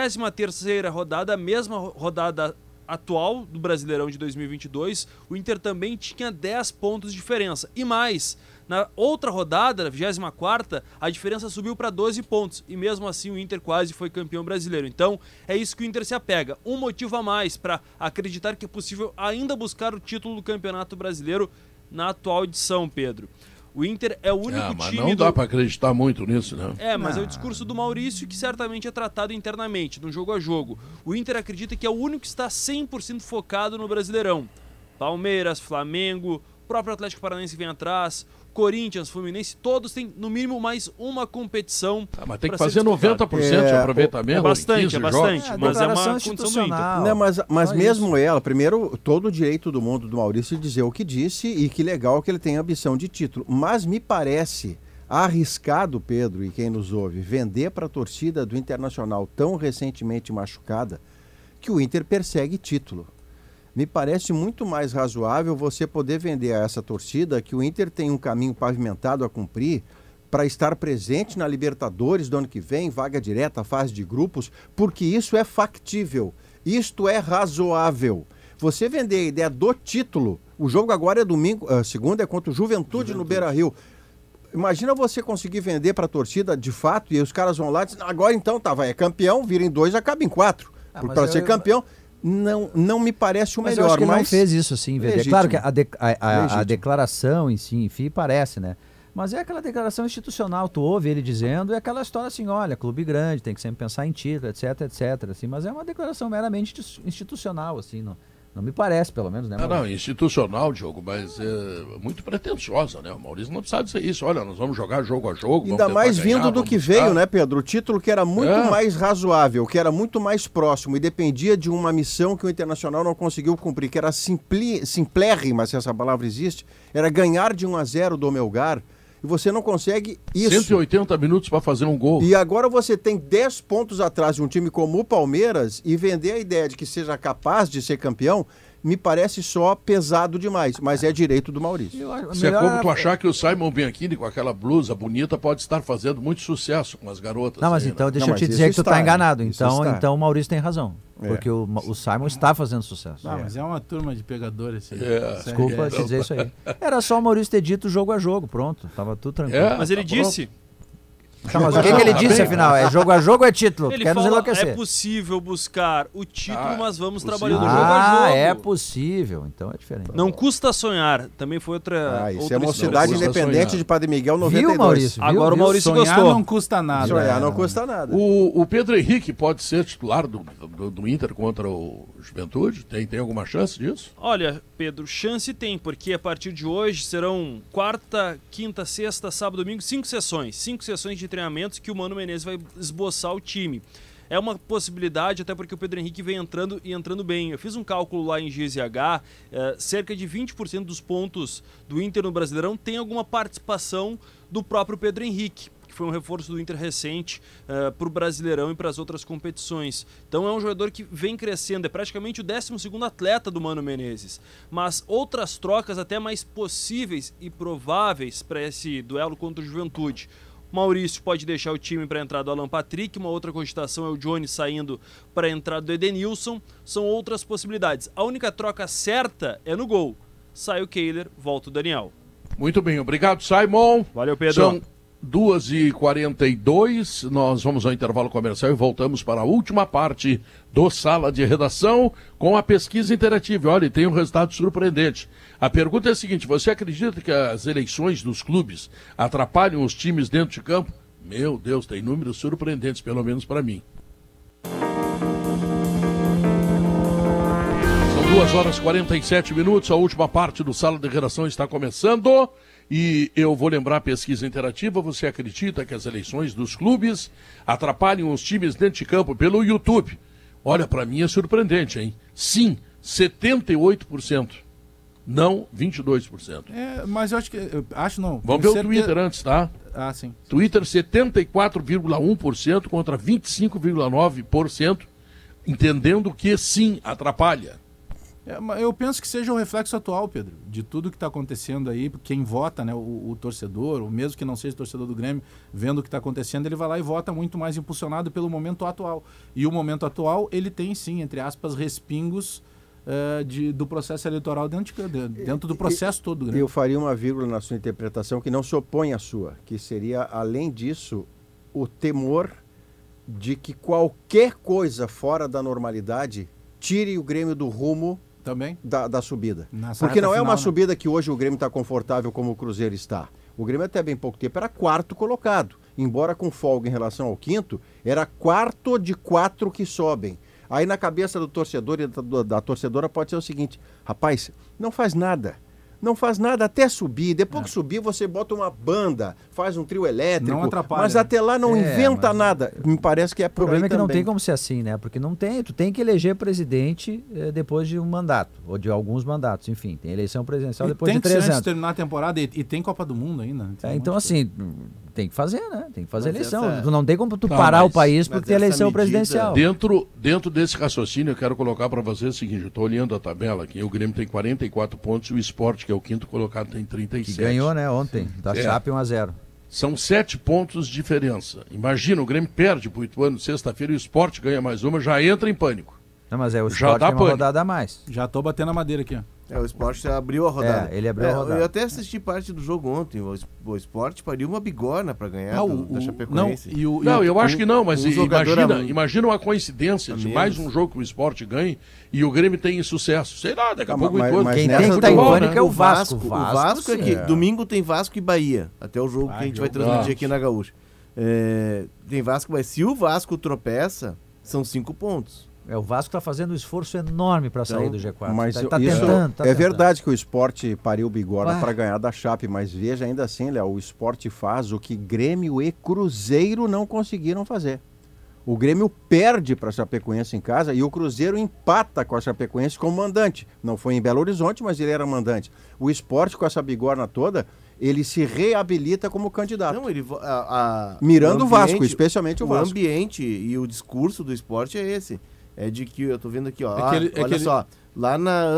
23ª rodada, a mesma rodada atual do Brasileirão de 2022, o Inter também tinha 10 pontos de diferença. E mais, na outra rodada, na 24ª, a diferença subiu para 12 pontos. E mesmo assim o Inter quase foi campeão brasileiro. Então é isso que o Inter se apega. Um motivo a mais para acreditar que é possível ainda buscar o título do Campeonato Brasileiro na atual edição, Pedro. O Inter é o único mas time não dá para acreditar muito nisso, né? Mas é o discurso do Maurício que certamente é tratado internamente, no jogo a jogo. O Inter acredita que é o único que está 100% focado no Brasileirão. Palmeiras, Flamengo, o próprio Atlético Paranaense vem atrás, Corinthians, Fluminense, todos têm no mínimo mais uma competição. Mas tem que fazer 90% de aproveitamento. É bastante, mas é uma condição do Inter. Mas mesmo ela, primeiro, todo o direito do mundo do Maurício dizer o que disse e que legal que ele tem ambição de título. Mas me parece arriscado, Pedro, e quem nos ouve, vender para a torcida do Internacional tão recentemente machucada que o Inter persegue título. Me parece muito mais razoável você poder vender a essa torcida que o Inter tem um caminho pavimentado a cumprir para estar presente na Libertadores do ano que vem, vaga direta, fase de grupos, porque isso é factível, isto é razoável. Você vender a ideia do título, o jogo agora é domingo, segunda é contra o Juventude no Beira-Rio. Imagina você conseguir vender para a torcida de fato e os caras vão lá e dizem, agora então é campeão, vira em 2, acaba em 4. Para ser campeão... Não me parece o melhor, eu acho que ele mas não fez isso assim, é claro que a declaração em si, enfim, parece, né? Mas é aquela declaração institucional, tu ouve ele dizendo, é aquela história assim, olha, clube grande, tem que sempre pensar em título, etc, assim, mas é uma declaração meramente institucional, assim, não me parece, pelo menos, né? Não, institucional, Diogo, mas é muito pretensiosa, né? O Maurício não precisa dizer isso, olha, nós vamos jogar jogo a jogo. Ainda mais vindo do que veio, né, Pedro? O título que era muito mais razoável, que era muito mais próximo e dependia de uma missão que o Internacional não conseguiu cumprir, que era simplérrima, se essa palavra existe, era ganhar de 1-0 do Melgar. E você não consegue isso. 180 minutos para fazer um gol. E agora você tem 10 pontos atrás de um time como o Palmeiras e vender a ideia de que seja capaz de ser campeão, me parece só pesado demais, mas é direito do Maurício. Isso é como tu achar que o Simon Bianchini com aquela blusa bonita pode estar fazendo muito sucesso com as garotas. Não, mas então deixa eu te dizer que tu está enganado. Então o Maurício tem razão. Porque o Simon está fazendo sucesso. Mas é uma turma de pegadores. Desculpa te dizer isso aí. Era só o Maurício ter dito jogo a jogo, pronto. Tava tudo tranquilo. Mas ele disse... Tá, mas o que ele disse, afinal? É jogo a jogo ou é título? Ele Quer nos fala, enlouquecer. é possível buscar o título, mas vamos trabalhando jogo a jogo. É possível, então é diferente. Não custa sonhar, também foi outra... Isso é uma cidade independente de Padre Miguel 92. Viu, Maurício? Agora o Maurício Sonhar gostou. não custa nada. Sonhar não custa nada. O Pedro Henrique pode ser titular do Inter contra o Juventude? Tem alguma chance disso? Olha, Pedro, chance tem, porque a partir de hoje serão quarta, quinta, sexta, sábado, domingo, 5 sessões. 5 sessões de treinamentos que o Mano Menezes vai esboçar o time. É uma possibilidade, até porque o Pedro Henrique vem entrando bem. Eu fiz um cálculo lá em GZH, cerca de 20% dos pontos do Inter no Brasileirão tem alguma participação do próprio Pedro Henrique, que foi um reforço do Inter recente para o Brasileirão e para as outras competições. Então é um jogador que vem crescendo, é praticamente o 12º atleta do Mano Menezes. Mas outras trocas até mais possíveis e prováveis para esse duelo contra o Juventude. Maurício pode deixar o time para a entrada do Alan Patrick, uma outra cogitação é o Johnny saindo para a entrada do Edenilson, são outras possibilidades. A única troca certa é no gol. Sai o Kehler, volta o Daniel. Muito bem, obrigado, Simon. Valeu, Pedro. São 2h42, nós vamos ao intervalo comercial e voltamos para a última parte do Sala de Redação com a pesquisa interativa. Olha, tem um resultado surpreendente. A pergunta é a seguinte: você acredita que as eleições dos clubes atrapalham os times dentro de campo? Meu Deus, tem números surpreendentes, pelo menos para mim. São 2h47, a última parte do Sala de Redação está começando. E eu vou lembrar a pesquisa interativa. Você acredita que as eleições dos clubes atrapalham os times dentro de campo pelo YouTube? Olha, para mim é surpreendente, hein? Sim, 78%. Não, 22%. Mas eu acho não. Vamos ver o Twitter antes, tá? Ah, sim. Twitter 74,1% contra 25,9%, entendendo que sim, atrapalha. Eu penso que seja um reflexo atual, Pedro, de tudo que está acontecendo aí. Quem vota, né, o torcedor, ou mesmo que não seja torcedor do Grêmio, vendo o que está acontecendo, ele vai lá e vota muito mais impulsionado pelo momento atual. E o momento atual, ele tem sim, entre aspas, respingos do processo eleitoral dentro do processo todo do Grêmio. Eu faria uma vírgula na sua interpretação que não se opõe à sua, que seria, além disso, o temor de que qualquer coisa fora da normalidade tire o Grêmio do rumo também da subida. Porque não é uma subida que hoje o Grêmio está confortável como o Cruzeiro está. O Grêmio até bem pouco tempo era quarto colocado. Embora com folga em relação ao quinto, era quarto de 4 que sobem. Aí na cabeça do torcedor e da torcedora pode ser o seguinte: rapaz, não faz nada até subir. Depois que subir, você bota uma banda, faz um trio elétrico. Não atrapalha. Mas até lá não inventa nada. Me parece que é por aí. O problema é que também. não tem como ser assim, né? Porque não tem. Tu tem que eleger presidente depois de um mandato, ou de alguns mandatos, enfim. Tem eleição presidencial depois de 3 anos. Tem que terminar a temporada e tem Copa do Mundo ainda. Então, assim, tem que fazer, né? Tem que fazer eleição. Não tem como tu parar o país por ter eleição presidencial. Dentro desse raciocínio, eu quero colocar para vocês o seguinte: eu estou olhando a tabela aqui, o Grêmio tem 44 pontos e o Sport, que é o quinto colocado, tem 37. Que ganhou, né, ontem, da Chape 1-0. São 7 pontos de diferença. Imagina, o Grêmio perde para o Ituano sexta-feira e o Sport ganha mais uma, já entra em pânico. Não, mas o Sport tem uma rodada a mais. Já tô batendo a madeira aqui, ó. O Sport abriu a rodada. Ele abriu a rodada. Eu até assisti parte do jogo ontem. O Sport pariu uma bigorna para ganhar da Chapecoense. Eu acho que não, mas imagina uma coincidência de mais um jogo que o Sport ganhe e o Grêmio tem sucesso. Sei lá, daqui a pouco quem tem que estar em pânico é o Vasco. O Vasco é que domingo tem Vasco e Bahia. Até o jogo que a gente vai transmitir aqui na Gaúcha. Tem Vasco, mas se o Vasco tropeça, são 5 pontos. O Vasco está fazendo um esforço enorme para sair do G4. Mas tá tentando. Verdade que o Sport pariu bigorna para ganhar da Chape, mas veja, ainda assim, Léo, o Sport faz o que Grêmio e Cruzeiro não conseguiram fazer. O Grêmio perde para a Chapecoense em casa e o Cruzeiro empata com a Chapecoense como mandante. Não foi em Belo Horizonte, mas ele era mandante. O Sport, com essa bigorna toda, ele se reabilita como candidato. Não, mirando o Vasco, especialmente o Vasco. O ambiente e o discurso do Sport é esse. É de que, eu tô vendo aqui, ó. Olha só, lá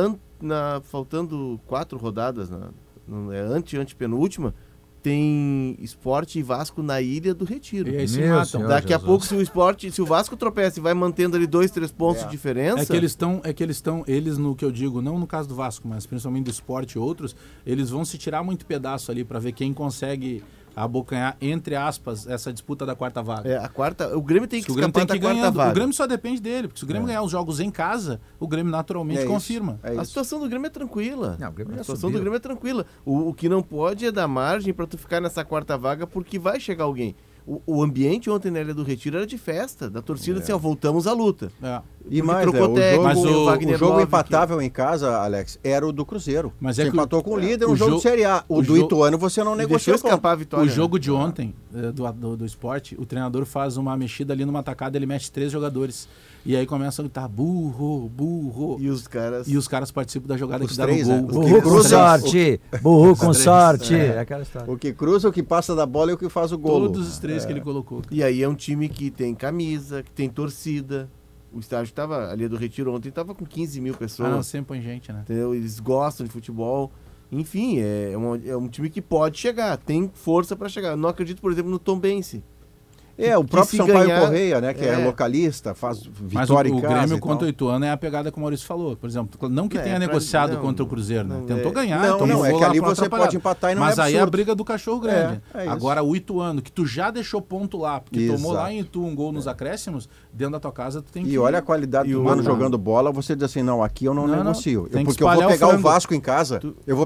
faltando 4 rodadas, antepenúltima, tem Sport e Vasco na Ilha do Retiro. E aí se matam. Daqui a pouco, se o Vasco tropeça e vai mantendo ali 2, 3 pontos de diferença... Eles no que eu digo, não no caso do Vasco, mas principalmente do Sport e outros, eles vão se tirar muito pedaço ali para ver quem consegue abocanhar, entre aspas, essa disputa da quarta vaga. O Grêmio tem que escapar da quarta vaga. O Grêmio só depende dele, porque se o Grêmio ganhar os jogos em casa, o Grêmio naturalmente confirma. A situação do Grêmio é tranquila. Não, o Grêmio a situação do Grêmio é tranquila. O que não pode é dar margem para tu ficar nessa quarta vaga, porque vai chegar alguém. O ambiente ontem na Ilha do Retiro era de festa, da torcida, assim, voltamos à luta. E mais, o jogo empatável em casa, Alex, era o do Cruzeiro. Mas você empatou com o líder, um jogo de Série A. O do Ituano você não negociou escapar a vitória. O jogo de ontem, do esporte, o treinador faz uma mexida ali numa atacada, ele mexe 3 jogadores. E aí começa a gritar, burro. E os caras participam da jogada que dá no gol. Burro com sorte! Burro com sorte! É aquela história. O que cruza, o que passa da bola e o que faz o gol. Todos os 3 que ele colocou. E aí é um time que tem camisa, que tem torcida. O estádio estava ali do Retiro ontem, estava com 15 mil pessoas. Sempre põe gente, né? Entendeu? Eles gostam de futebol. Enfim, é um time que pode chegar, tem força para chegar. Eu não acredito, por exemplo, no Tombense. O próprio Sampaio Correia, né, que é localista, faz vitória em casa. O Grêmio contra o Ituano é a pegada que o Maurício falou. Por exemplo, não que tenha negociado contra o Cruzeiro, né? Tentou ganhar. Não, é que ali você pode empatar e não Mas é aí é a briga do cachorro grande. É agora o Ituano, que tu já deixou ponto lá, porque tomou lá em Itu um gol nos acréscimos, dentro da tua casa tu tem que... E olha a qualidade do Mano jogando bola, você diz assim, não, aqui eu não negocio. Porque eu vou pegar o Vasco em casa,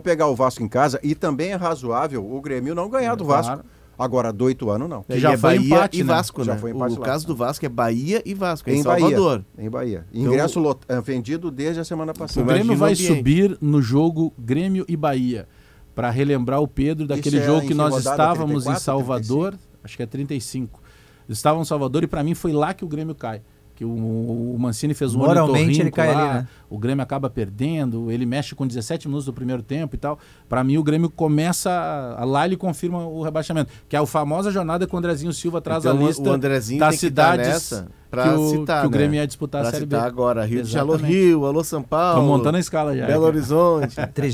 e também é razoável o Grêmio não ganhar do Vasco. Agora, do Ituano, não. Já foi Bahia empate, e Vasco, né? O caso do Vasco é Bahia e Vasco, em Salvador. Em Bahia. Ingresso vendido desde a semana passada. O Grêmio vai subir no jogo Grêmio e Bahia, para relembrar o Pedro daquele jogo que nós estávamos 34, em Salvador, 35? Acho que é 35. Estávamos em Salvador e para mim foi lá que o Grêmio cai. Que o Mancini fez um moralmente ele cai lá, ali, né? O Grêmio acaba perdendo, ele mexe com 17 minutos do primeiro tempo e tal. Para mim o Grêmio começa lá, ele confirma o rebaixamento, que é a famosa jornada que o Andrezinho Silva traz a lista das cidades que o Grêmio ia disputar a Série B. Agora, alô Rio, alô São Paulo. Tô montando a escala já. Belo Horizonte.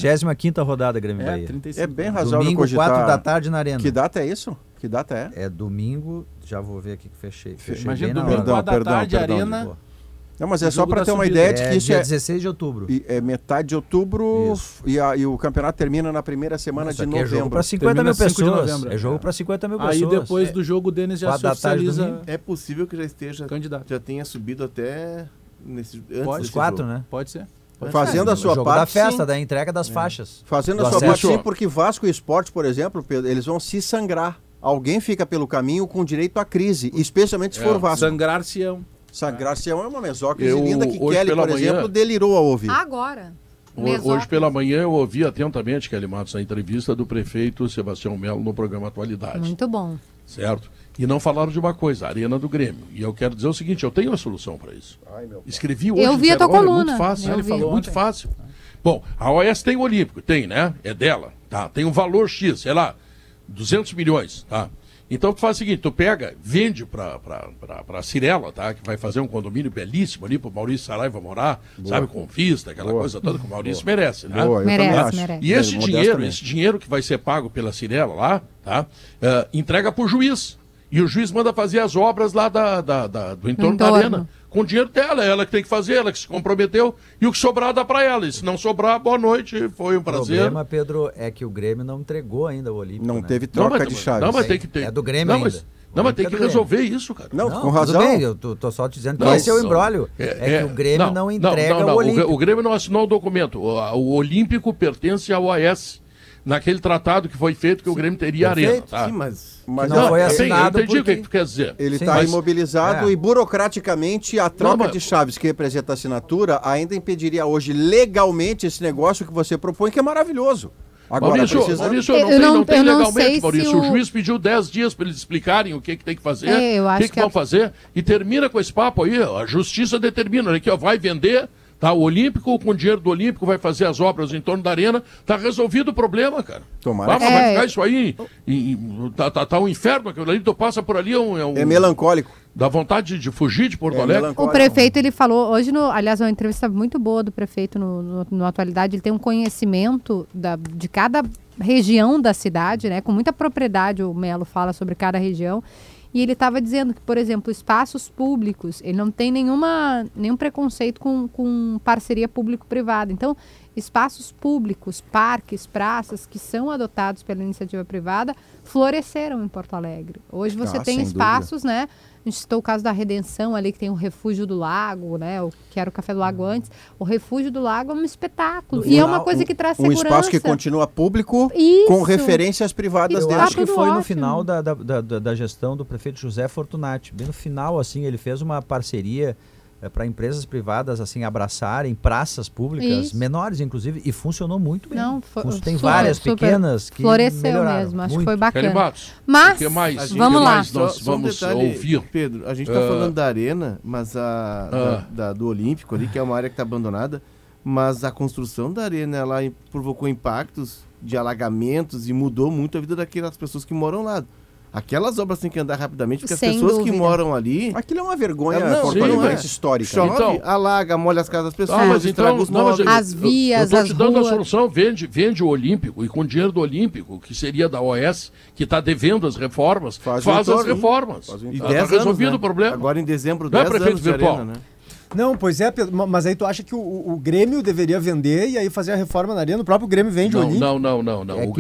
35ª rodada Grêmio Bahia. 35. É bem razoável domingo, cogitar. 4 da tarde na Arena. Que data é isso? Que data é? É domingo, já vou ver aqui que fechei. Imagina domingo, 4 da tarde, Arena... Não, mas é só para ter uma ideia de que isso é 16 de outubro. É metade de outubro e o campeonato termina na primeira semana de novembro. É jogo para 50 mil pessoas. É jogo para 50 mil pessoas. Aí depois do jogo o Denis já se oficializa. É possível que já esteja candidato. Já tenha subido até antes desse 4, jogo. Né? Pode ser. Fazendo a sua parte. Da festa, sim. Da entrega das faixas. Fazendo a sua parte, sim, porque Vasco e Sport, por exemplo, Pedro, eles vão se sangrar. Alguém fica pelo caminho com direito à crise, especialmente se for Vasco. Sangrar-se-ão. Sangrar-se-ão é uma mesócrise linda que Kelly, por exemplo, delirou ao ouvir. Agora. Hoje pela manhã eu ouvi atentamente, Kelly Matos, a entrevista do prefeito Sebastião Melo no programa Atualidade. Muito bom. Certo? E não falaram de uma coisa, a Arena do Grêmio. E eu quero dizer o seguinte, eu tenho a solução para isso. Escrevi hoje. Eu vi a tua coluna. Muito fácil. Ele falou muito fácil. Bom, a OAS tem o Olímpico, tem, né? É dela, tá? Tem um valor X, sei lá, 200 milhões, tá? Então tu faz o seguinte, tu pega, vende pra Cirela, tá? Que vai fazer um condomínio belíssimo ali pro Maurício Saraiva morar, sabe, com vista, aquela coisa toda que o Maurício merece, né? Merece. E esse dinheiro que vai ser pago pela Cirela lá, tá? Entrega pro juiz. E o juiz manda fazer as obras lá do entorno da arena. Com o dinheiro dela, ela que tem que fazer, ela que se comprometeu, e o que sobrar dá para ela. E se não sobrar, boa noite, foi um prazer. O problema, Pedro, é que o Grêmio não entregou ainda o Olímpico. Não teve troca de chaves. Não, mas tem que ter. É do Grêmio ainda. Mas tem que resolver isso, cara. Não, com razão. Tudo bem, eu tô só te dizendo que esse é o imbróglio. É que o Grêmio não entrega o Olímpico. O Grêmio não assinou o documento. O Olímpico pertence ao OAS. Naquele tratado que foi feito que o Grêmio teria arena. Tá? Sim, mas não foi assinado. Eu entendi o que tu quer dizer. Ele está imobilizado e burocraticamente a troca de chaves que representa a assinatura ainda impediria hoje legalmente esse negócio que você propõe, que é maravilhoso. Agora, Maurício, não tem legalmente, Maurício. O juiz pediu 10 dias para eles explicarem o que tem que fazer, o que vão fazer, e termina com esse papo aí. A justiça determina, né, que vai vender. Tá, o Olímpico, com o dinheiro do Olímpico, vai fazer as obras em torno da arena. Tá resolvido o problema, cara. Tomara. Vai ficar isso aí. Tá um inferno aquilo ali. Tu passa por ali. É melancólico. Dá vontade de fugir de Porto Alegre. O prefeito, ele falou, hoje, aliás, uma entrevista muito boa do prefeito no Atualidade. Ele tem um conhecimento de cada região da cidade, né? Com muita propriedade, o Melo fala sobre cada região. E ele estava dizendo que, por exemplo, espaços públicos, ele não tem nenhum preconceito com parceria público-privada. Então, espaços públicos, parques, praças que são adotados pela iniciativa privada floresceram em Porto Alegre. Hoje você tem espaços, né? A gente citou o caso da Redenção ali, que tem o Refúgio do Lago, né? Que era o Café do Lago antes. O Refúgio do Lago é um espetáculo. E é uma coisa que traz segurança. Um espaço que continua público com referências privadas dentro. Eu acho que foi no final da gestão do prefeito José Fortunati. Bem no final, assim, ele fez uma parceria para empresas privadas assim abraçarem praças públicas, menores inclusive, e funcionou muito bem. Não, tem várias pequenas que floresceu mesmo, acho que foi bacana. Matos, mas vamos lá. Vamos ouvir. Pedro, a gente está falando da arena, mas do Olímpico ali, que é uma área que está abandonada, mas a construção da arena ela provocou impactos de alagamentos e mudou muito a vida daquelas pessoas que moram lá. Aquelas obras têm que andar rapidamente, porque Sem as pessoas dúvida. que moram ali... Aquilo é uma vergonha porto-alegrense histórica. Chove, Então, alaga, molha as casas das pessoas, mas estraga os móveis. As vias, eu as tô te dando ruas. a solução, vende o Olímpico, e com dinheiro do Olímpico, que seria da OS, que está devendo as reformas, faz as reformas. E Tá 10 anos, resolvido né? o problema. Agora em dezembro, Não é 10 prefeito anos de virtual. arena, né? Não, pois é, Pedro, mas aí tu acha que o Grêmio deveria vender e aí fazer a reforma na arena? O próprio Grêmio vende o Olímpico? Não. O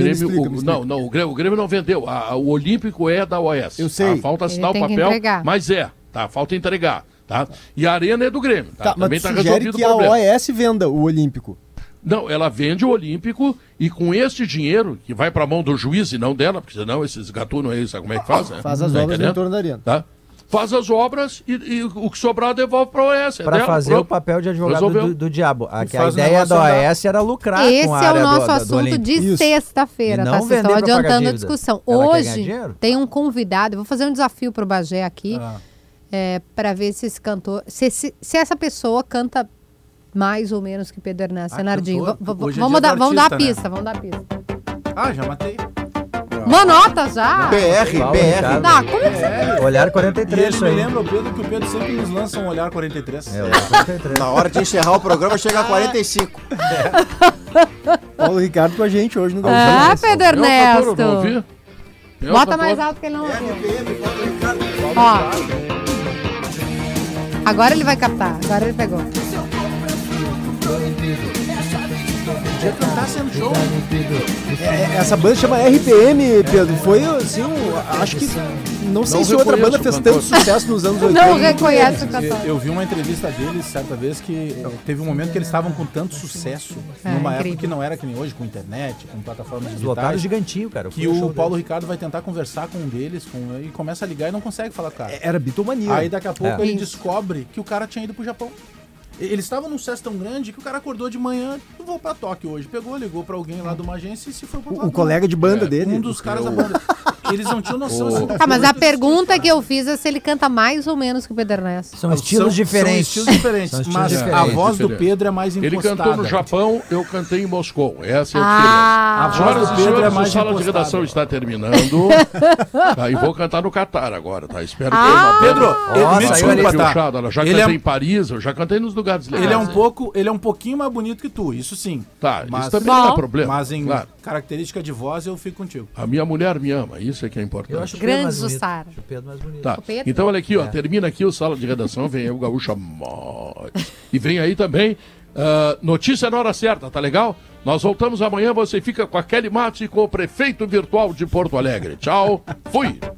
Grêmio não vendeu. O Olímpico é da OS. Eu sei. Falta assinar o papel, mas falta entregar. Tá? E a arena é do Grêmio. Tá? Mas Também tu está sugere resolvido que o problema. a OS venda o Olímpico. Não, ela vende o Olímpico e com este dinheiro, que vai para a mão do juiz e não dela, porque senão esses gatunos aí, sabe como é que faz? Né? Faz as obras no entorno da arena. Tá? Faz as obras e o que sobrar devolve para a OS. Para fazer o papel de advogado do diabo. A ideia da OS era lucrar Esse com a área é o nosso do assunto de sexta-feira, tá? Vocês estão adiantando a discussão. Hoje tem um convidado, eu vou fazer um desafio para o Bagé aqui, para ver se esse cantor, se essa pessoa canta mais ou menos que Pedro Ernesto Nardinho. Vamos dar a pista, vamos dar a pista. Já matei. Uma nota já? BR. Não, como é que você... Olhar 43, isso aí. Me lembra, Pedro, que o Pedro sempre nos lança um Olhar 43. Olhar 43. Na hora de encerrar o programa chega a 45. Paulo Ricardo com a gente hoje no Gol. Pedro Ernesto. Bota mais alto que ele não ouviu. Ó. Agora ele vai captar. Agora ele pegou. Podia cantar sendo show. Essa banda chama RPM, Pedro. Foi assim, acho que não sei se outra banda fez tanto sucesso nos anos 80. Não reconhece o cantor. Eu vi uma entrevista deles certa vez que teve um momento que eles estavam com tanto sucesso, numa época que não era que nem hoje, com internet, com plataformas digitais. Lotaram gigantinho, cara. Que o Paulo Ricardo vai tentar conversar com um deles e começa a ligar e não consegue falar com o cara. Era bitomania. Aí daqui a pouco ele descobre que o cara tinha ido pro Japão. Eles estavam num sucesso tão grande que o cara acordou de manhã, eu vou pra Tóquio hoje. Pegou, ligou pra alguém lá de uma agência e se foi pro o colega de banda dele. Um dos caras da banda. Eles não tinham noção. Mas a pergunta que eu fiz é se ele canta mais ou menos que o Pedro Ernesto. São estilos diferentes. São estilos diferentes, mas a voz do Pedro é mais impostada. Ele cantou no Japão, eu cantei em Moscou. Essa é A a diferença. voz do Pedro é mais a sala de redação está terminando. E vou cantar no Catar agora, tá? Espero que uma Pedro, me desculpa, tá? Já cantei em Paris, eu já cantei nos lugares legais. Ele é um pouquinho mais bonito que tu, isso sim. Tá, isso também não é problema. Mas em característica de voz eu fico contigo. A minha mulher me ama, isso é que é importante. Eu acho grande Jussara. O Pedro mais bonito. Tá. Então olha aqui, ó, termina aqui o Sala de Redação, vem aí o Gaúcha Morte. E vem aí também notícia na hora certa, tá legal? Nós voltamos amanhã, você fica com a Kelly Matos e com o prefeito virtual de Porto Alegre. Tchau, fui!